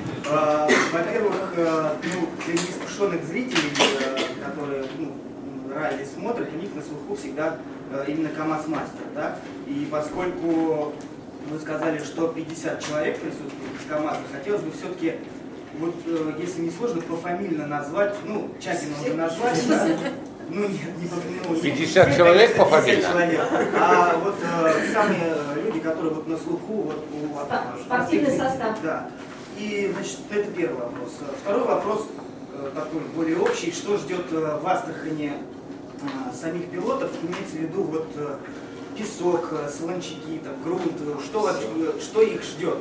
Во-первых, для неискушенных зрителей, которые ралли смотрят, у них на слуху всегда именно КамАЗ-мастер, да? И поскольку вы сказали, что 50 человек присутствует из КамАЗа, хотелось бы все-таки, вот если не сложно, пофамильно назвать, ну, Чапина уже назвать, да? Ну нет, не по 50 человек пофамильно? 50 человек, а вот самые люди, которые вот на слуху, вот у спортивный состав. Да. И, значит, это первый вопрос. Второй вопрос, такой более общий, что ждет в Астрахани самих пилотов, имеется в виду вот песок, солончаки, там, грунт, что их ждет?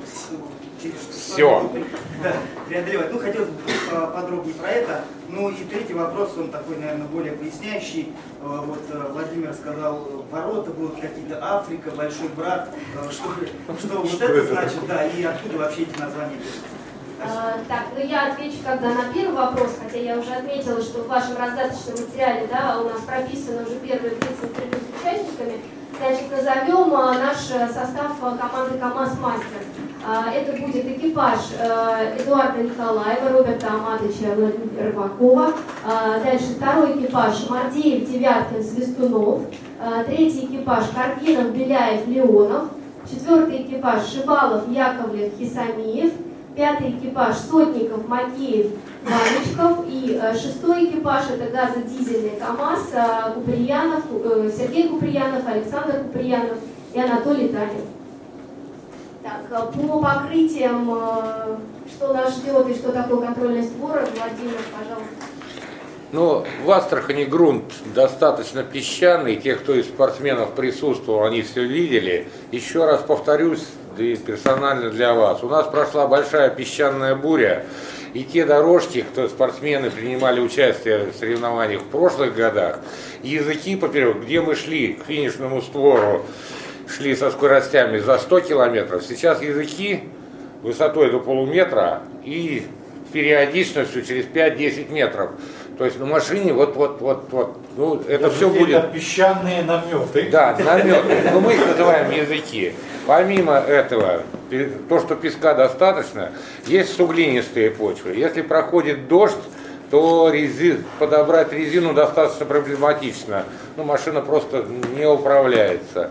Все. Да, преодолевать. Ну, хотелось бы подробнее про это. Ну и третий вопрос, он такой, наверное, более поясняющий. Вот Владимир сказал, ворота будут какие-то, Африка, большой брат. Что вот это значит, да, и откуда вообще эти названия берутся? Так, ну я отвечу когда на первый вопрос, хотя я уже отметила, что в вашем раздаточном материале, да, у нас прописано уже первые 30 интервью с участниками. Значит, назовем наш состав команды КамАЗ-мастер. Это будет экипаж Эдуарда Николаева, Роберта Амадовича, Владимира Рыбакова. Дальше второй экипаж Мардеев, Девяткин, Свистунов. Третий экипаж Каргинов, Беляев, Леонов. Четвертый экипаж Шибалов, Яковлев, Хисамиев. Пятый экипаж Сотников, Макеев, Ванечков. И шестой экипаж это газодизельный КамАЗ Куприянов, Сергей Куприянов, Александр Куприянов и Анатолий Танин. Так, по покрытиям, что нас ждет и что такое контрольный створ, Владимир, пожалуйста. Ну, в Астрахани грунт достаточно песчаный. Те, кто из спортсменов присутствовал, они все видели. Еще раз повторюсь, да и персонально для вас. У нас прошла большая песчаная буря. И те дорожки, кто спортсмены принимали участие в соревнованиях в прошлых годах, языки поперек, где мы шли к финишному створу, шли со скоростями за 100 километров, сейчас языки высотой до полуметра и периодичностью через 5-10 метров. То есть на машине вот. Ну, это все будет... песчаные наметы. Да, наметы. Но мы их называем языки. Помимо этого, то, что песка достаточно, есть суглинистые почвы. Если проходит дождь, то подобрать резину достаточно проблематично. Ну, машина просто не управляется.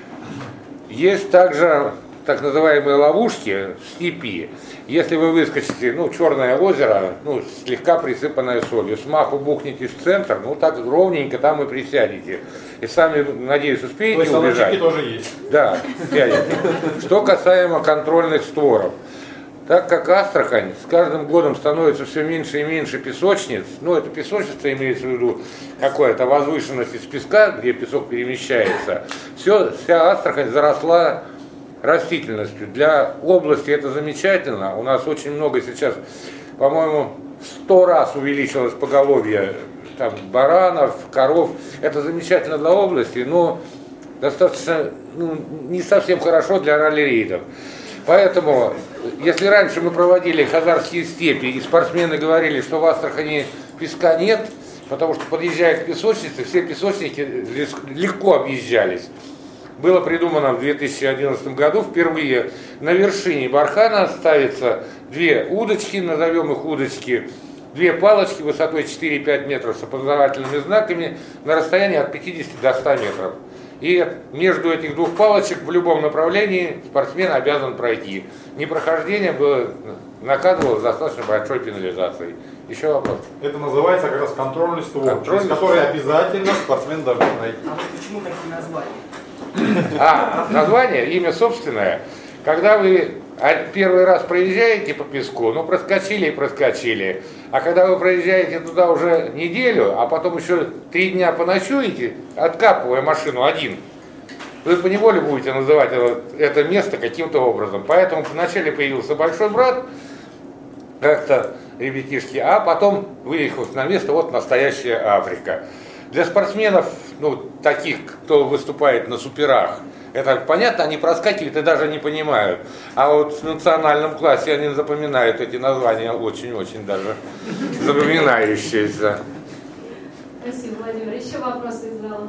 Есть также так называемые ловушки в степи. Если вы выскочите, Черное озеро, слегка присыпанное солью, смаху бухнетесь в центр, так ровненько там и присядете. И сами, надеюсь, успеете убежать. Тоже есть. Да, сядете. Что касаемо контрольных створов. Так как Астрахань с каждым годом становится все меньше и меньше песочниц, это песочница имеется в виду какая-то возвышенность из песка, где песок перемещается, вся Астрахань заросла растительностью. Для области это замечательно. У нас очень много сейчас, по-моему, 100 раз увеличилось поголовье баранов, коров. Это замечательно для области, но достаточно не совсем хорошо для ралли-рейдов. Поэтому, если раньше мы проводили хазарские степи, и спортсмены говорили, что в Астрахани песка нет, потому что, подъезжая к песочнице, все песочники легко объезжались. Было придумано в 2011 году впервые на вершине бархана ставится 2 удочки, назовем их удочки, 2 палочки высотой 4-5 метров с опознавательными знаками на расстоянии от 50 до 100 метров. И между этих 2 палочек в любом направлении спортсмен обязан пройти. Непрохождение наказывалось достаточно большой пенализацией. Еще вопрос? Это называется как раз контрольный створ, через который обязательно спортсмен должен пройти. А вот почему такие названия? Название, имя собственное. Когда вы первый раз проезжаете по песку, проскочили и проскочили. А когда вы проезжаете туда уже неделю, а потом еще 3 дня поночуете, откапывая машину один, вы поневоле будете называть это место каким-то образом. Поэтому вначале появился большой брат, как-то ребятишки, а потом выехав на место, вот настоящая Африка. Для спортсменов, таких, кто выступает на суперах, это понятно, они проскакивают и даже не понимают. А вот в национальном классе они запоминают эти названия очень-очень даже запоминающиеся. Спасибо, Владимир. Еще вопросы из зала?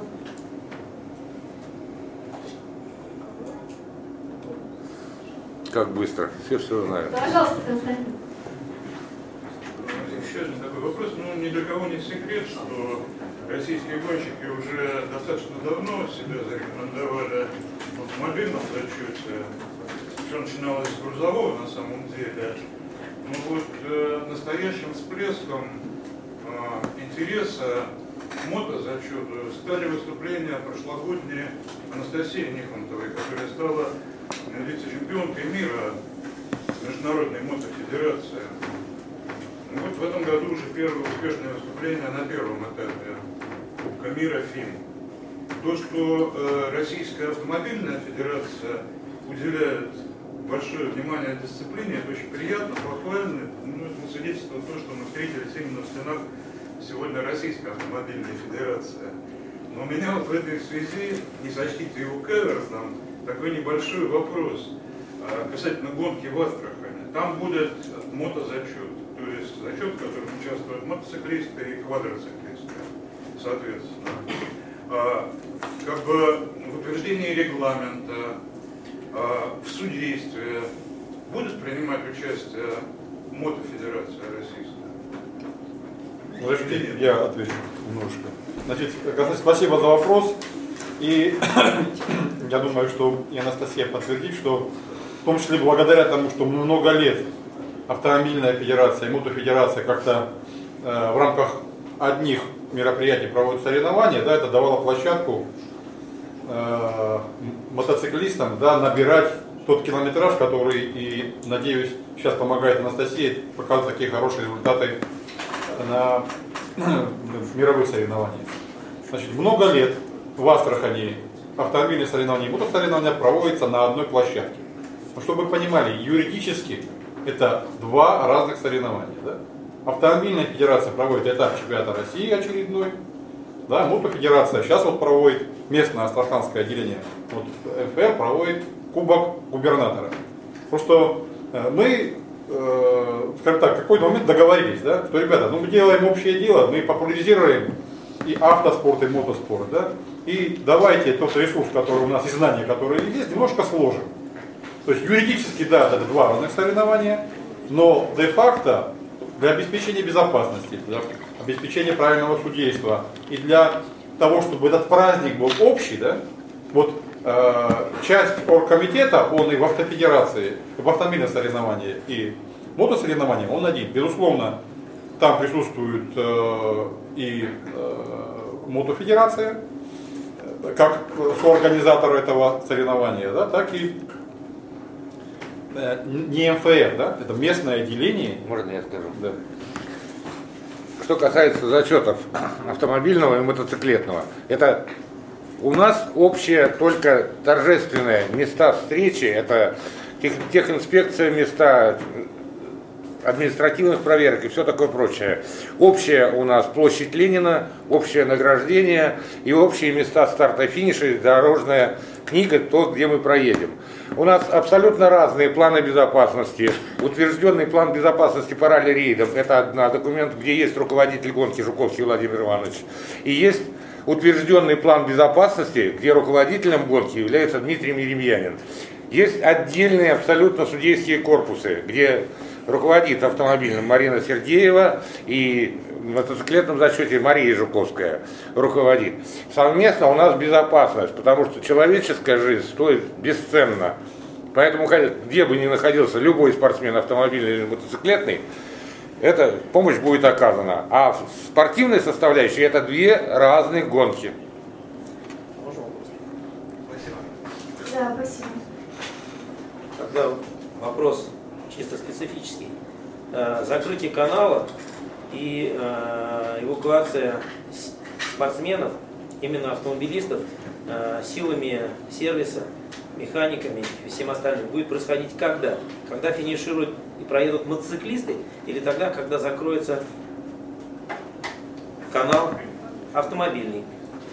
Как быстро, все знают. Пожалуйста, Константин. еще один такой вопрос. Ну, ни для кого не секрет, что российские гонщики уже достаточно давно себя зарекомендовали в автомобильном зачете. Все начиналось с грузового на самом деле. Ну вот настоящим всплеском интереса к мотозачету стали выступления прошлогодние Анастасии Нифонтовой, которая стала вице-чемпионкой мира Международной мотофедерации. Ну, вот в этом году уже первое успешное выступление на первом этапе Кубка мира ФИМ. То, что Российская автомобильная федерация уделяет большое внимание дисциплине, это очень приятно, похвально. Ну, это свидетельствует то, что мы встретились именно в стенах сегодня Российской автомобильной федерации. Но у меня вот в этой связи, не сочтите его каверзом, такой небольшой вопрос касательно гонки в Астрахани. Там будет мотозачет, то есть зачет, в котором участвуют мотоциклисты и квадроциклисты, соответственно. Как бы в утверждении регламента, в судействе будет принимать участие мотофедерация российская? Подожди, я отвечу немножко. Значит, спасибо за вопрос. И я думаю, что и Анастасия подтвердит, что в том числе благодаря тому, что много лет автомобильная федерация и мотофедерация как-то в рамках одних мероприятий проводят соревнования, да, это давало площадку мотоциклистам, да, набирать тот километраж, который, и, надеюсь, сейчас помогает Анастасии показывать такие хорошие результаты на мировых соревнованиях. Значит, много лет в Астрахани автомобильные соревнования и мотосоревнования проводятся на одной площадке. Но чтобы вы понимали, юридически это два разных соревнования. Да? Автомобильная федерация проводит этап чемпионата России очередной, да, мотофедерация сейчас вот проводит, местное астраханское отделение вот, МФР проводит Кубок губернатора. Просто мы, скажем так, в какой-то момент договорились, да, что, ребята, ну мы делаем общее дело, мы популяризируем и автоспорт, и мотоспорт, да, и давайте тот ресурс, который у нас, и знания, которые есть, немножко сложим. То есть юридически, да, это два разных соревнования, но де-факто для обеспечения безопасности, для обеспечения правильного судейства и для того, чтобы этот праздник был общий, да, вот часть оргкомитета, он и в автофедерации, в автомобильном соревновании и мотосоревновании, он один. Безусловно, там присутствует и мотофедерация, как соорганизатор этого соревнования, да, так и не МФР, да, это местное отделение. Можно я скажу? Да. Что касается зачетов автомобильного и мотоциклетного, это у нас общее только торжественные места встречи, это техинспекция, места административных проверок и все такое прочее. Общее у нас площадь Ленина, общее награждение и общие места старта и финиша, и дорожная книга, то, где мы проедем. У нас абсолютно разные планы безопасности. Утвержденный план безопасности по ралли-рейдам, это документ, где есть руководитель гонки Жуковский Владимир Иванович, и есть утвержденный план безопасности, где руководителем гонки является Дмитрий Еремьянин. Есть отдельные абсолютно судейские корпусы, где руководит автомобильным Марина Сергеева и в мотоциклетном зачете Мария Жуковская руководит. Совместно у нас безопасность, потому что человеческая жизнь стоит бесценно. Поэтому, где бы ни находился любой спортсмен автомобильный или мотоциклетный, эта помощь будет оказана. А в спортивной составляющей это две разных гонки. Да, спасибо. Тогда вопрос чисто специфический. Закрытие канала и эвакуация спортсменов, именно автомобилистов, силами сервиса, механиками и всем остальным будет происходить когда? Когда финишируют и проедут мотоциклисты, или тогда, когда закроется канал автомобильный?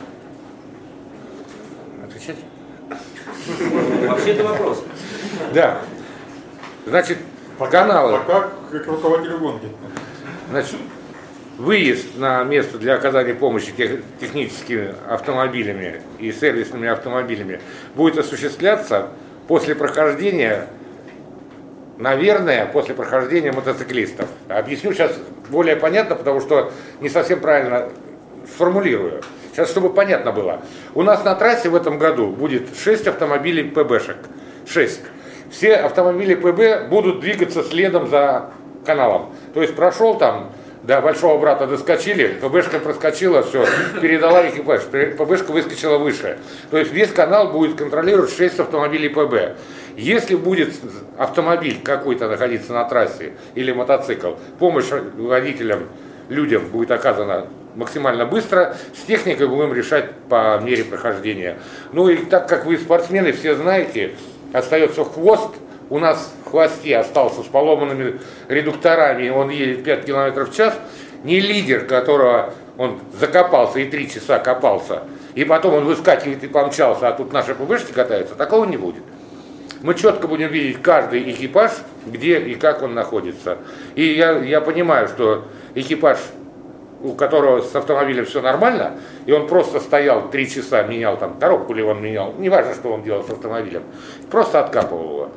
Отвечать? Вообще это вопрос. Да. Значит, каналы. Пока как руководителю гонки. Значит, выезд на место для оказания помощи техническими автомобилями и сервисными автомобилями будет осуществляться после прохождения наверное, после прохождения мотоциклистов. Объясню сейчас более понятно, потому что не совсем правильно сформулирую. Сейчас, чтобы понятно было. У нас на трассе в этом году будет 6 автомобилей ПБшек. 6. Все автомобили ПБ будут двигаться следом за каналом. То есть прошел там, до Большого Брата доскочили, ПБшка проскочила, все, передала экипаж, ПБшка выскочила выше. То есть весь канал будет контролировать 6 автомобилей ПБ. Если будет автомобиль какой-то находиться на трассе или мотоцикл, помощь водителям, людям будет оказана максимально быстро, с техникой будем решать по мере прохождения. Ну и так как вы спортсмены все знаете, остается хвост, у нас в хвосте остался с поломанными редукторами, он едет 5 км в час, не лидер, которого он закопался и 3 часа копался, и потом он выскакивает и помчался, а тут наши ПБшки катаются, такого не будет. Мы четко будем видеть каждый экипаж, где и как он находится. И я понимаю, что экипаж, у которого с автомобилем все нормально, и он просто стоял 3 часа, менял там коробку ли он менял, неважно, что он делал с автомобилем, просто откапывал его.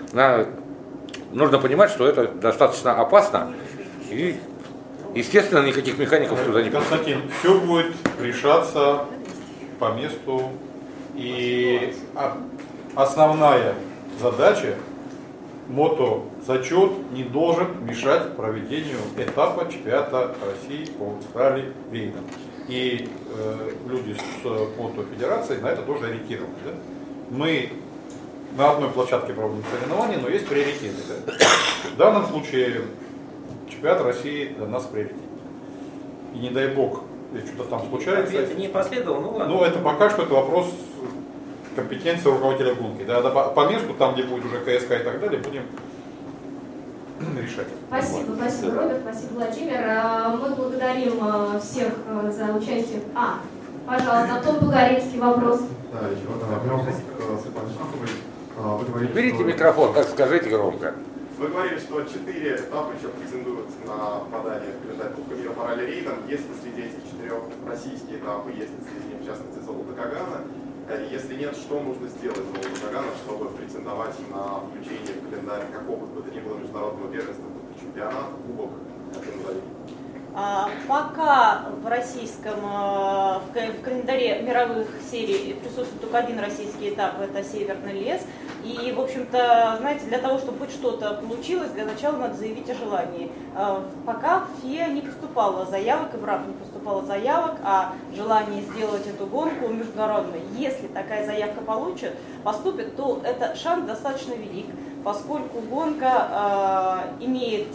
Нужно понимать, что это достаточно опасно, и, естественно, никаких механиков туда не пустят. Константин, все будет решаться по месту, и основная задача, мотозачет не должен мешать проведению этапа чемпионата России по ралли-рейдам. И люди с мотофедерацией на это тоже ориентированы. Да? Мы на одной площадке проводим соревнования, но есть приоритеты. Да? В данном случае чемпионат России для нас приоритет. И не дай бог, что-то там случается. Это не последовало, ну ладно. Ну это пока что это вопрос компетенции руководителя гонки. Да, по месту, там, где будет уже КСК и так далее, будем решать. Спасибо, спасибо, Роберт, спасибо, Владимир. Мы благодарим всех за участие. Пожалуйста, Антон Погорельский, вопрос. Да, еще один вопрос к Светлане Шаховой. Берите микрофон, так скажите громко. Вы говорили, что 4 этапа еще претендуют на попадание в календарь Кубка мира по ралли-рейдам. Есть ли среди этих 4 российские этапы, есть ли среди них, в частности, золото Кагана? Если нет, что нужно сделать золото Кагана, чтобы претендовать на включение в календарь какого бы то ни было международного первенства, чемпионат, кубок, как это назовем? Пока в российском, в календаре мировых серий присутствует только один российский этап, это Северный лес. И, в общем-то, знаете, для того, чтобы хоть что-то получилось, для начала надо заявить о желании. Пока в ФИА не поступало заявок, и в РАФ не поступало заявок о желании сделать эту гонку международной. Если такая заявка поступит, то это шанс достаточно велик, поскольку гонка имеет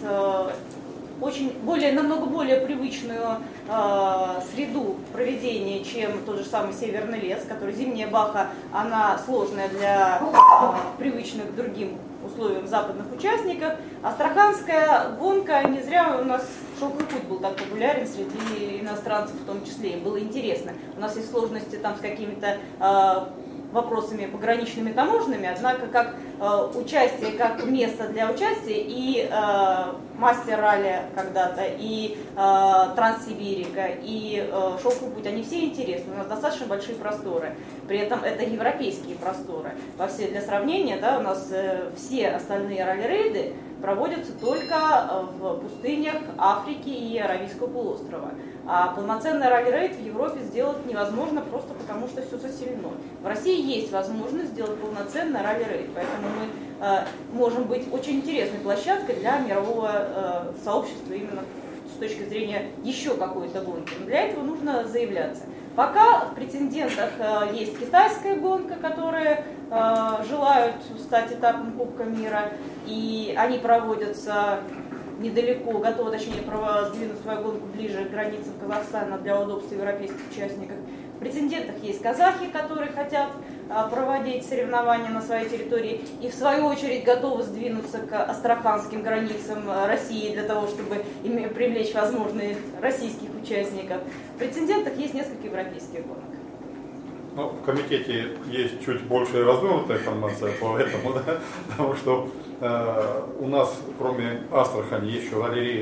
намного более привычную среду проведения, чем тот же самый Северный лес, который зимняя Баха, она сложная для привычных другим условиям западных участников. Астраханская гонка, не зря у нас шелковый путь был так популярен среди иностранцев в том числе, им было интересно. У нас есть сложности там с какими-то вопросами пограничными, таможенными, однако как участие, как место для участия и мастер ралли когда-то, и Транссибирика, и Шелковый путь, они все интересны, у нас достаточно большие просторы, при этом это европейские просторы. Для сравнения, да, у нас все остальные ралли-рейды проводятся только в пустынях Африки и Аравийского полуострова. А полноценный ралли-рейд в Европе сделать невозможно просто потому, что все заселено. В России есть возможность сделать полноценный ралли-рейд, поэтому мы можем быть очень интересной площадкой для мирового сообщества именно с точки зрения еще какой-то гонки. Но для этого нужно заявляться. Пока в претендентах есть китайская гонка, которые желают стать этапом Кубка мира, и они проводятся недалеко, готовы, точнее, сдвинуть свою гонку ближе к границам Казахстана для удобства европейских участников. В претендентах есть казахи, которые хотят проводить соревнования на своей территории и в свою очередь готовы сдвинуться к астраханским границам России для того, чтобы привлечь возможных российских участников. В претендентах есть несколько европейских гонок. Ну, в комитете есть чуть больше развернутая информация по этому, да? Потому что у нас, кроме Астрахани, есть еще ралли-рейд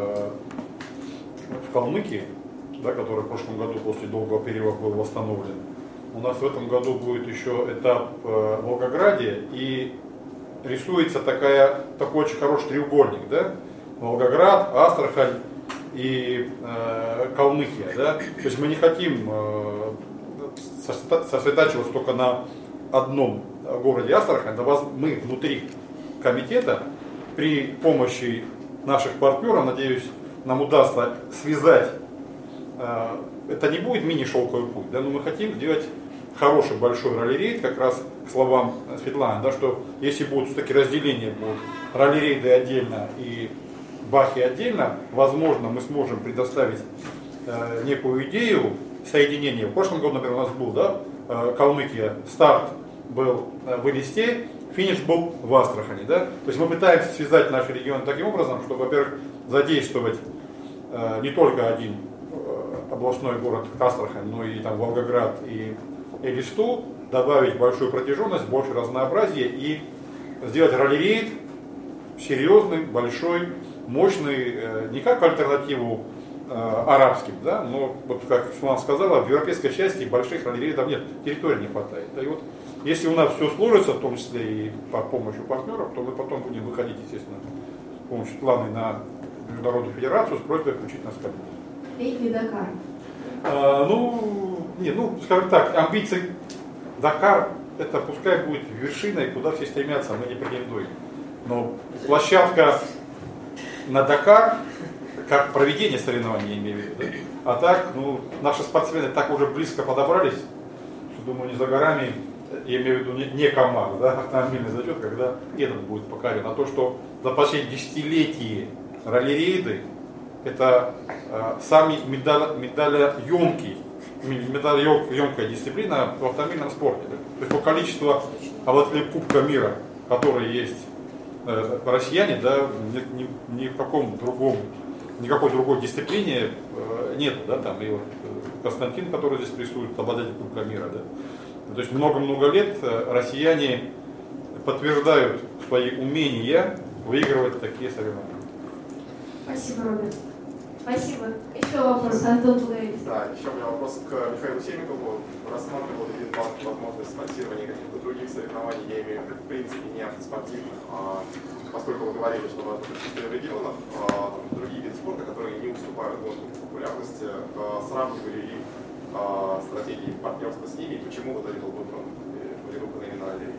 в Калмыкии, да, который в прошлом году после долгого перерыва был восстановлен. У нас в этом году будет еще этап в Волгограде и рисуется такой очень хороший треугольник, да? Волгоград, Астрахань и Калмыкия, да? То есть мы не хотим сосредотачиваться только на одном городе Астрахань, мы внутри комитета при помощи наших партнеров, надеюсь, нам удастся связать, это не будет мини-шелковый путь, да, но мы хотим сделать хороший большой ралли-рейд, как раз к словам Светланы, да, что если будут все-таки разделения, будут ралли-рейды отдельно и бахи отдельно, возможно, мы сможем предоставить некую идею соединения. В прошлом году, например, у нас был, да, Калмыкия, старт был в Элисте, финиш был в Астрахани. Да? То есть мы пытаемся связать наши регионы таким образом, чтобы, во-первых, задействовать не только один областной город Астрахань, но и там Волгоград и Элисту, добавить большую протяженность, больше разнообразия и сделать ралли-рейд серьезный, большой, мощный, не как альтернативу арабским, да, но вот как Светлана сказала, в европейской части больших ралли-рейдов нет, территории не хватает. Да, и вот если у нас все сложится, в том числе и по помощи партнеров, то мы потом будем выходить, естественно, с помощью Светланы на Международную федерацию с просьбой включить нас в кабинет. Летний Дакар. Скажем так, амбиции Дакар, это пускай будет вершиной, куда все стремятся, мы не претендуем. Но площадка на Дакар, как проведение соревнований, я имею в виду, да? А так, наши спортсмены так уже близко подобрались, что, думаю, не за горами, я имею в виду не КамАЗ, да, автомобильный зачет, когда этот будет покорен. А то, что за последние десятилетия ралли-рейды, это самая медалеемкая дисциплина в автомобильном спорте. Да? То есть по количеству обладателей Кубка мира, которые есть россияне, да, никакой другой дисциплине нет, да, там и вот Константин, который здесь присутствует, обладатель Кубка мира, да. То есть много-много лет россияне подтверждают свои умения выигрывать такие соревнования. Спасибо, Роберт. Спасибо. Еще вопрос, Антон Булавец. Да, еще у меня вопрос к Михаилу Семикову. Рассматривал ли Бинбанк возможность спонсирования каких-то других соревнований, я имею в виду, в принципе, не автоспортивных, поскольку вы говорили, что важно присутствие в регионах, другие виды спорта, которые не уступают гонкам в популярности, сравнивали ли стратегии партнерства с ними, и почему вот они были выбраны именно ралли?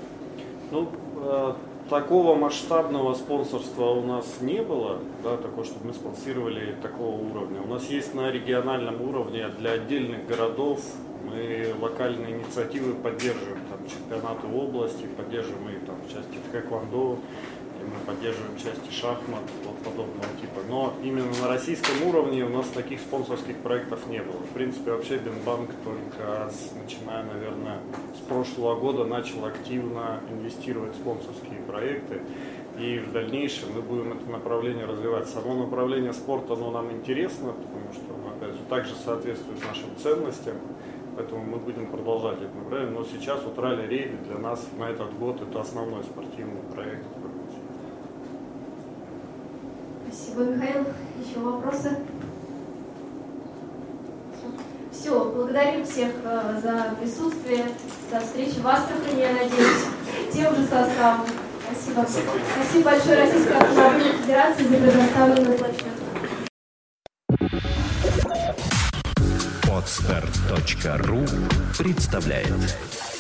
Такого масштабного спонсорства у нас не было, да, такого, чтобы мы спонсировали такого уровня. У нас есть на региональном уровне для отдельных городов, мы локальные инициативы поддерживаем, там, чемпионаты области, поддерживаем и там, в части тэквондо, и мы поддерживаем части шахмат, вот подобного типа. Но именно на российском уровне у нас таких спонсорских проектов не было. В принципе, вообще Бинбанк только начиная, наверное, с прошлого года начал активно инвестировать в спонсорские проекты. И в дальнейшем мы будем это направление развивать. Само направление спорта, оно нам интересно, потому что оно, опять же, также соответствует нашим ценностям. Поэтому мы будем продолжать это направление. Но сейчас вот ралли-рейды для нас на этот год это основной спортивный проект. Спасибо, Михаил. Еще вопросы? Все, благодарим всех за присутствие, за встречу в Астрахани, я надеюсь, тем же составом. Спасибо. Спасибо большое Российской автомобильной федерации за предоставленную площадку. Podstart.ru представляет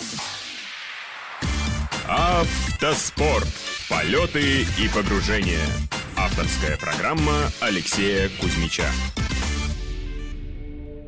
Автоспорт. Полеты и погружения. Авторская программа Алексея Кузьмича.